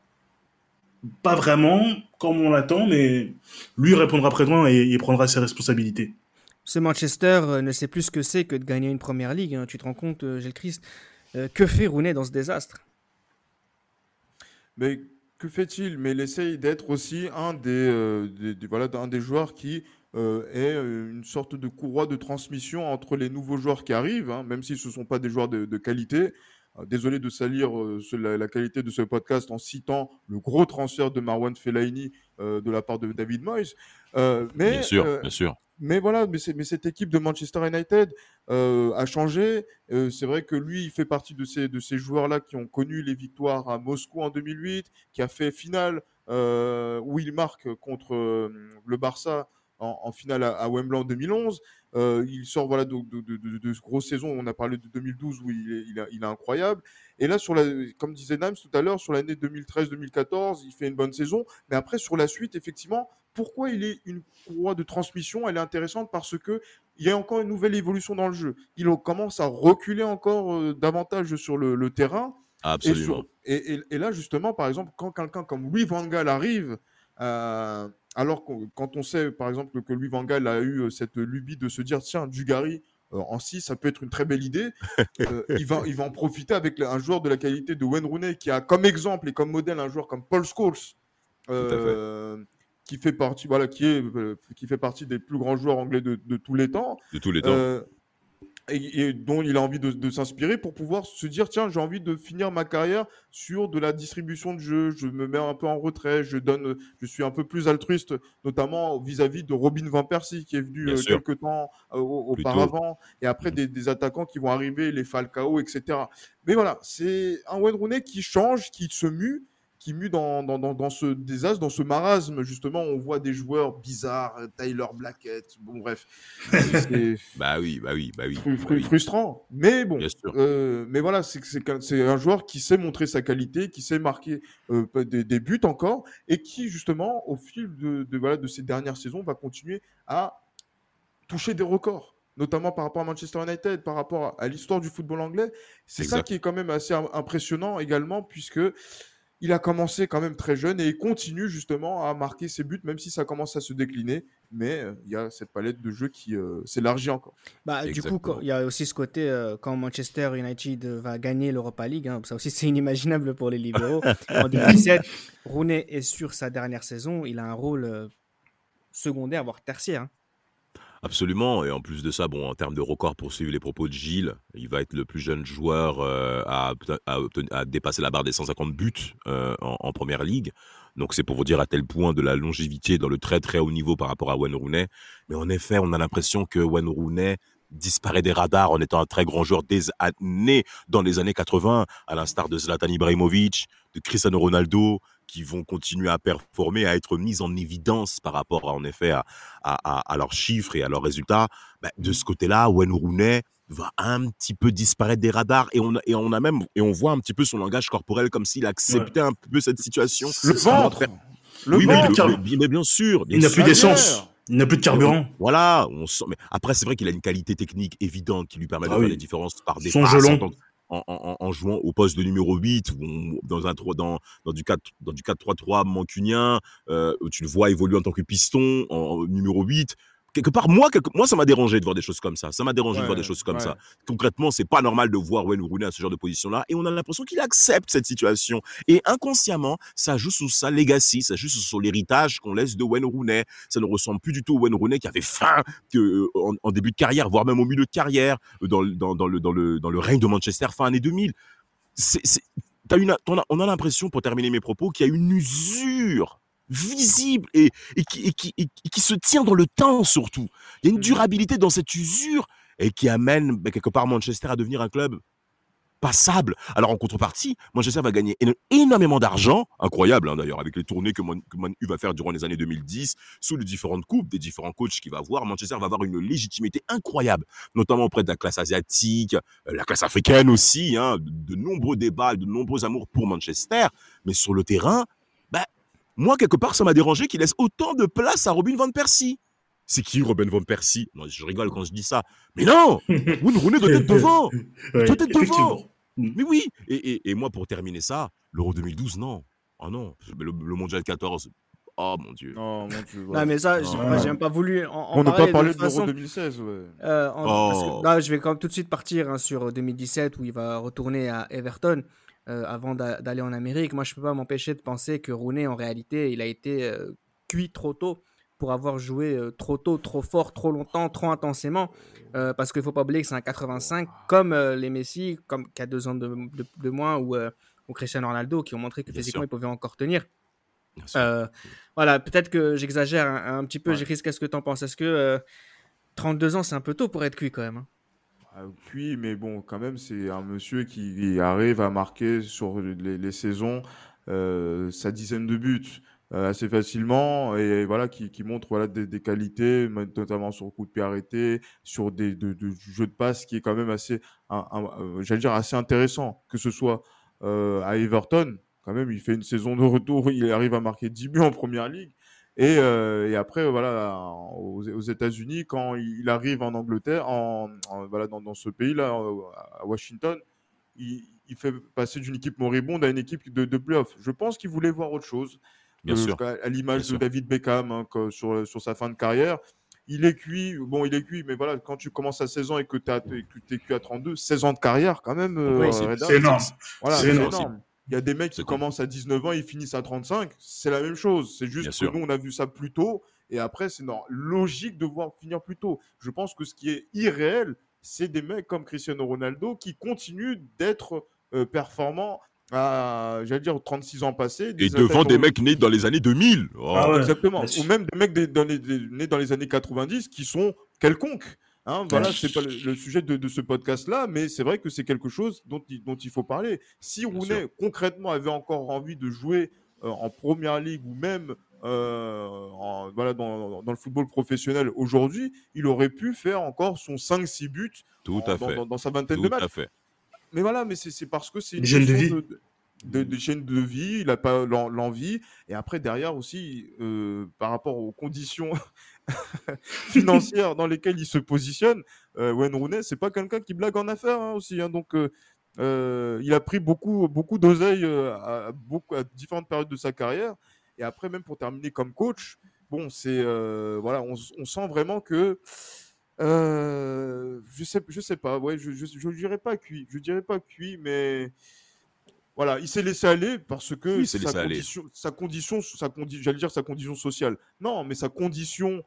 pas vraiment comme on l'attend, mais lui répondra présent et, et prendra ses responsabilités. Ce Manchester euh, ne sait plus ce que c'est que de gagner une première ligue. Hein. Tu te rends compte, euh, Gilles Christ, euh, que fait Rooney dans ce désastre? Mais que fait-il? Mais il essaye d'être aussi un des, euh, des, des- voilà, un des joueurs qui euh, est euh, une sorte de courroie de transmission entre les nouveaux joueurs qui arrivent, hein, même si ce ne sont pas des joueurs de, de qualité. Euh, désolé de salir euh, ce- la, la qualité de ce podcast en citant le gros transfert de Marwan Fellaini euh, de la part de David Moyes. Euh, mais, Bien sûr, euh, bien sûr. mais voilà, mais, c'est- mais cette équipe de Manchester United euh, a changé. Euh, c'est vrai que lui, il fait partie de ces, de ces joueurs-là qui ont connu les victoires à Moscou en deux mille huit, qui a fait finale euh, où il marque contre euh, le Barça en, en finale à, à Wembley en deux mille onze. Euh, il sort voilà, de, de, de, de, de grosses saisons. On a parlé de deux mille douze où il est, il, a, il est incroyable. Et là, sur la, comme disait Nams tout à l'heure, sur l'année deux mille treize deux mille quatorze, il fait une bonne saison. Mais après, sur la suite, effectivement, pourquoi il est une courroie de transmission? Elle est intéressante parce que il y a encore une nouvelle évolution dans le jeu. Il commence à reculer encore euh, davantage sur le, le terrain. Et, Absolument. sur, et, et, et là, justement, par exemple, quand quelqu'un comme Louis Van Gaal arrive, euh, alors qu'on- quand on sait, par exemple, que Louis Van Gaal a eu euh, cette lubie de se dire, tiens, Dugarry euh, en six, ça peut être une très belle idée, euh, il, va, il va en profiter avec un joueur de la qualité de Wayne Rooney qui a comme exemple et comme modèle un joueur comme Paul Scholes, Tout à fait. euh, qui fait partie, voilà, qui est, euh, qui fait partie des plus grands joueurs anglais de, de tous les temps. De tous les temps. Euh, et, et dont il a envie de, de s'inspirer pour pouvoir se dire tiens, j'ai envie de finir ma carrière sur de la distribution de jeu, je me mets un peu en retrait, je donne, je suis un peu plus altruiste, notamment vis-à-vis de Robin van Persie qui est venu Bien euh, sûr. quelques temps euh, au- Plus tôt. auparavant, et après Mhm. des, des attaquants qui vont arriver, les Falcao, et cetera. Mais voilà, c'est un Wayne Rooney qui change, qui se mue, qui mue dans, dans, dans, dans ce désastre, dans ce marasme. Justement, on voit des joueurs bizarres, euh, Tyler Blackett, bon bref, euh, c'est Bah oui, bah oui, bah oui. fru- bah fru- oui. frustrant. Mais bon, Bien sûr. euh, mais voilà, c'est c'est qu'un- c'est un joueur qui sait montrer sa qualité, qui sait marquer euh, des, des buts encore, et qui justement, au fil de, de, voilà, de ces dernières saisons, va continuer à toucher des records, notamment par rapport à Manchester United, par rapport à, à l'histoire du football anglais. C'est ça Exact. qui est quand même assez im- impressionnant également, puisque il a commencé quand même très jeune et il continue justement à marquer ses buts, même si ça commence à se décliner. Mais euh, il y a cette palette de jeux qui euh, s'élargit encore. Bah, du coup, quand- Exactement. il y a aussi ce côté euh, quand Manchester United va gagner l'Europa League, hein, ça aussi c'est inimaginable pour les libéraux. En deux mille dix-sept, Rooney est sur sa dernière saison, il a un rôle euh, secondaire, voire tertiaire, hein. Absolument. Et en plus de ça, bon, en termes de record, pour suivre les propos de Gilles, il va être le plus jeune joueur euh, à, obten- à, obten- à dépasser la barre des cent cinquante buts euh, en, en première ligue. Donc c'est pour vous dire à tel point de la longévité dans le très très haut niveau par rapport à Wayne Rooney. Mais en effet, on a l'impression que Wayne Rooney disparaît des radars en étant un très grand joueur des années dans les années quatre-vingts, à l'instar de Zlatan Ibrahimovic, de Cristiano Ronaldo, qui vont continuer à performer, à être mis en évidence par rapport, à, en effet, à, à, à, à leurs chiffres et à leurs résultats. Bah, de ce côté-là, Wayne Rooney va un petit peu disparaître des radars et on a, et on a même et on voit un petit peu son langage corporel comme s'il acceptait un peu cette situation. Le C'est ça. ventre, le Oui, mais, ventre. le- car- le- bien- mais bien sûr, bien Il n'a sûr. plus Manière. d'essence. Il n'a plus de carburant. Voilà, on sent. Mais après, c'est vrai qu'il a une qualité technique évidente qui lui permet de Ah faire oui. des différences par des Son passes jeu en, long. tant que- en, en- en jouant au poste de numéro huit, ou on- dans, un, trois- dans, dans du quatre dans du quatre trois trois mancunien, euh, où tu le vois évoluer en tant que piston, en, en numéro huit. Quelque part, moi, quelque- moi, ça m'a dérangé de voir des choses comme ça. Ça m'a dérangé de voir des choses comme ouais. ça. Concrètement, c'est pas normal de voir Wayne Rooney à ce genre de position-là. Et on a l'impression qu'il accepte cette situation. Et inconsciemment, ça joue sur sa legacy, ça joue sur l'héritage qu'on laisse de Wayne Rooney. Ça ne ressemble plus du tout au Wayne Rooney qui avait faim que, euh, en, en début de carrière, voire même au milieu de carrière, euh, dans, le- dans, dans le, dans, le, dans le règne de Manchester fin année deux mille. C'est, c'est, t'as une, t'en as- on a l'impression, pour terminer mes propos, qu'il y a une usure visible et, et, qui, et, qui, et qui se tient dans le temps surtout. Il y a une durabilité dans cette usure et qui amène ben, quelque part Manchester à devenir un club passable. Alors en contrepartie, Manchester va gagner éno- énormément d'argent, incroyable hein, d'ailleurs, avec les tournées que Man, que Man U va faire durant les années deux mille dix, sous les différentes coupes, des différents coachs qu'il va avoir. Manchester va avoir une légitimité incroyable, notamment auprès de la classe asiatique, euh, la classe africaine aussi, hein, de, de nombreux débats, de nombreux amours pour Manchester, mais sur le terrain, bah, moi quelque part ça m'a dérangé qu'il laisse autant de place à Robin van Persie. C'est qui Robin van Persie? Non, je rigole quand je dis ça. Mais non, Wayne Rooney doit être devant. Ouais, Doit être devant. effectivement. Mm. Mais oui, et, et, et moi pour terminer ça, l'Euro deux mille douze, non. Ah non, le, le Mondial quatorze, oh mon Dieu. Non, mon Dieu, Non, voilà. mais ça, Non. j'ai moi, j'ai même pas voulu en, en On n'a parler pas parlé de de toute l'Euro façon. deux mille seize, ouais. Euh, en- parce Oh. que là, je vais quand même tout de suite partir hein, sur deux mille dix-sept où il va retourner à Everton euh, avant d'a- d'aller en Amérique. Moi, je peux pas m'empêcher de penser que Rooney, en réalité, il a été euh, cuit trop tôt pour avoir joué euh, trop tôt, trop fort, trop longtemps, trop intensément. Euh, parce qu'il faut pas oublier que c'est un quatre-vingt-cinq, comme euh, les Messi, comme qui a deux ans de, de- de moins, ou, euh, ou Cristiano Ronaldo, qui ont montré que Bien physiquement, sûr. ils pouvaient encore tenir. Bien sûr. Euh, voilà, peut-être que j'exagère un, un petit peu. Ouais. J'iris, qu'est-ce que tu en penses? Est-ce que euh, trente-deux ans, c'est un peu tôt pour être cuit quand même, hein? Ah, puis, mais bon, quand même, c'est un monsieur qui arrive à marquer sur les, les saisons euh, sa dizaine de buts. euh, assez facilement et voilà qui, qui montre voilà des, des qualités, notamment sur le coup de pied arrêté, sur des de, de jeu de passe qui est quand même assez, un, un, euh, j'allais dire assez intéressant, que ce soit euh, à Everton, quand même, il fait une saison de retour, il arrive à marquer dix buts en première ligue. Et, euh, et après, voilà, aux, aux États-Unis, quand il arrive en Angleterre, en, en voilà, dans, dans ce pays-là, à Washington, il, il fait passer d'une équipe moribonde à une équipe de, de play-off. Je pense qu'il voulait voir autre chose. Bien Euh, sûr. à, à l'image Bien de sûr. David Beckham, hein, que, sur, sur sa fin de carrière. Il est cuit, bon, il est cuit, mais voilà, quand tu commences à seize ans et que tu es cuit à trente-deux, seize ans de carrière, quand même. Euh, Oui, c'est, Reda, c'est énorme. voilà, C'est c'est énorme. énorme. Il y a des mecs C'est qui cool. commencent à dix-neuf ans, ils finissent à trente-cinq. C'est la même chose. C'est Bien juste que sûr. nous, on a vu ça plus tôt. Et après, c'est non, logique de voir finir plus tôt. Je pense que ce qui est irréel, c'est des mecs comme Cristiano Ronaldo qui continuent d'être euh, performants à, j'allais dire, trente-six ans passés. Et Des devant attaquants- des mecs nés dans les années deux mille. Oh. Ah ouais. Exactement. Là-dessus. Ou même des mecs des- dans les, des- nés dans les années quatre-vingt-dix qui sont quelconques. Hein, voilà, Ouais. c'est pas le, le sujet de, de ce podcast-là, mais c'est vrai que c'est quelque chose dont, il- dont il faut parler. Si Bien Rooney, sûr. concrètement, avait encore envie de jouer euh, en première ligue ou même euh, en- voilà, dans, dans le football professionnel aujourd'hui, il aurait pu faire encore son cinq six buts Tout en- à dans, fait. dans- dans sa vingtaine de Tout matchs. à fait. Mais voilà, mais c'est c'est parce que c'est une Hygiène de question vie. de, de, de hygiène de vie, il n'a pas l'en- l'envie. Et après, derrière aussi, euh, par rapport aux conditions financières dans lesquelles il se positionne, euh, Wayne Rooney, c'est pas quelqu'un qui blague en affaires hein, aussi. Hein, donc, euh, euh, il a pris beaucoup, beaucoup d'oseille euh, à, à beaucoup, à différentes périodes de sa carrière. Et après, même pour terminer comme coach, bon, c'est euh, voilà, on, on sent vraiment que euh, je sais, je sais pas, ouais, je, je, je dirais pas cuit, je dirais pas cuit, mais voilà, il s'est laissé aller parce que Oui, il s'est sa laissé aller. condition, sa condition, sa condi- j'allais dire sa condition sociale. Non, mais sa condition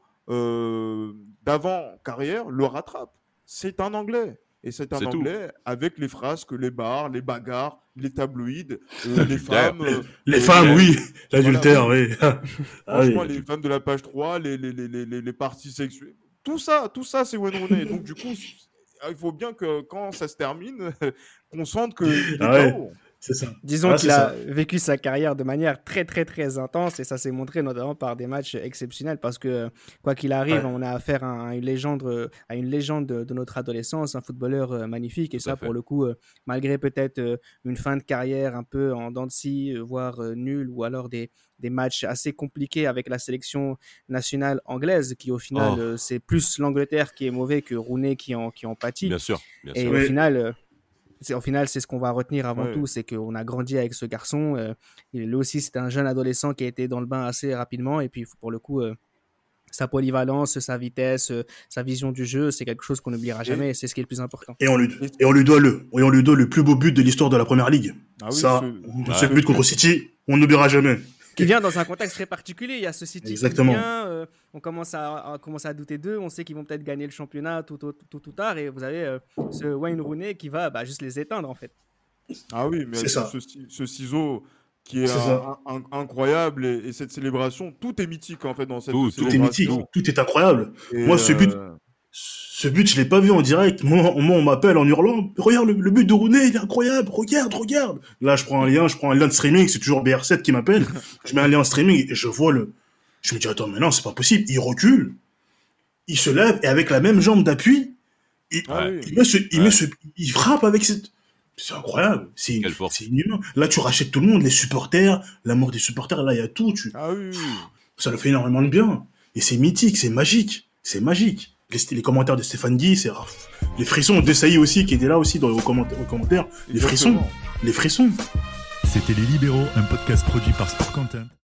euh, d'avant carrière le rattrape. C'est un Anglais. Et c'est un C'est tout. Anglais avec les frasques, les bars, les bagarres, les tabloïds, euh, les L'adultère. femmes. euh, Les euh, femmes, les- oui. L'adultère, Voilà, oui. Ah Franchement, oui. les femmes de la page trois, les, les, les, les, les- les parties sexuelles, tout ça, tout ça, c'est Wayne Rooney. Donc, du coup, il faut bien que quand ça se termine, qu'on sente qu'il est Ah ouais. K O. C'est ça. Disons Ah, qu'il c'est a ça. vécu sa carrière de manière très très très intense et ça s'est montré notamment par des matchs exceptionnels parce que quoi qu'il arrive, Ouais. on a affaire à une légende, euh, à une légende de, de notre adolescence, un footballeur euh, magnifique et Tout à ça fait. pour le coup, euh, malgré peut-être euh, une fin de carrière un peu en dents de scie, euh, voire euh, nulle ou alors des, des matchs assez compliqués avec la sélection nationale anglaise qui au final Oh. euh, c'est plus l'Angleterre qui est mauvais que Rooney qui en, qui en pâtit. Bien sûr. Bien Et sûr. au Oui. final, euh, c'est, au final, c'est ce qu'on va retenir avant Ouais. tout, c'est qu'on a grandi avec ce garçon. Euh, il- lui aussi, c'était un jeune adolescent qui a été dans le bain assez rapidement. Et puis, pour le coup, euh, sa polyvalence, sa vitesse, euh, sa vision du jeu, c'est quelque chose qu'on n'oubliera jamais. Et c'est ce qui est le plus important. Et on lui, et on lui doit le, et on lui doit le plus beau but de l'histoire de la première ligue. Ah oui, ça, ce- ce Ouais. but contre City, on n'oubliera jamais. Qui vient dans un contexte très particulier. Il y a ce City Exactement. qui vient. euh, on commence à, à commencer à douter d'eux. On sait qu'ils vont peut-être gagner le championnat tout tout, tout, tout tard. Et vous avez euh, ce Wayne Rooney qui va bah, juste les éteindre, en fait. Ah oui, mais C'est ce, ça. ce, ce ciseau qui est, C'est un- ça. un- un- incroyable et, et cette célébration, tout est mythique en fait dans cette Tout, tout. Tout est célébration. mythique, tout est incroyable. Et, Moi, ce but- euh, Ce but, je l'ai pas vu en direct. Moi, moi, on m'appelle en hurlant. Regarde, le, le but de Rooney, il est incroyable. Regarde, regarde. Là, je prends un lien, je prends un lien de streaming. C'est toujours B R sept qui m'appelle. Je mets un lien de streaming et je vois le. Je me dis, attends, mais non, c'est pas possible. Il recule. Il se lève et avec la même jambe d'appui, il, ah Ouais. oui. il, met ce, il, Ouais. met ce, il frappe avec cette. C'est incroyable. C'est Quelle force. c'est inhumain. Là, tu rachètes tout le monde, les supporters, l'amour des supporters. Là, il y a tout. Tu... Ah oui, oui. Ça le fait énormément de bien. Et c'est mythique, c'est magique. C'est magique. Les, les commentaires de Stéphane Guy, c'est les frissons de Saï aussi, qui était là aussi dans, aux, commentaires, aux commentaires. Les frissons. Exactement. Les frissons. C'était Les Libéraux, un podcast produit par Sport Content.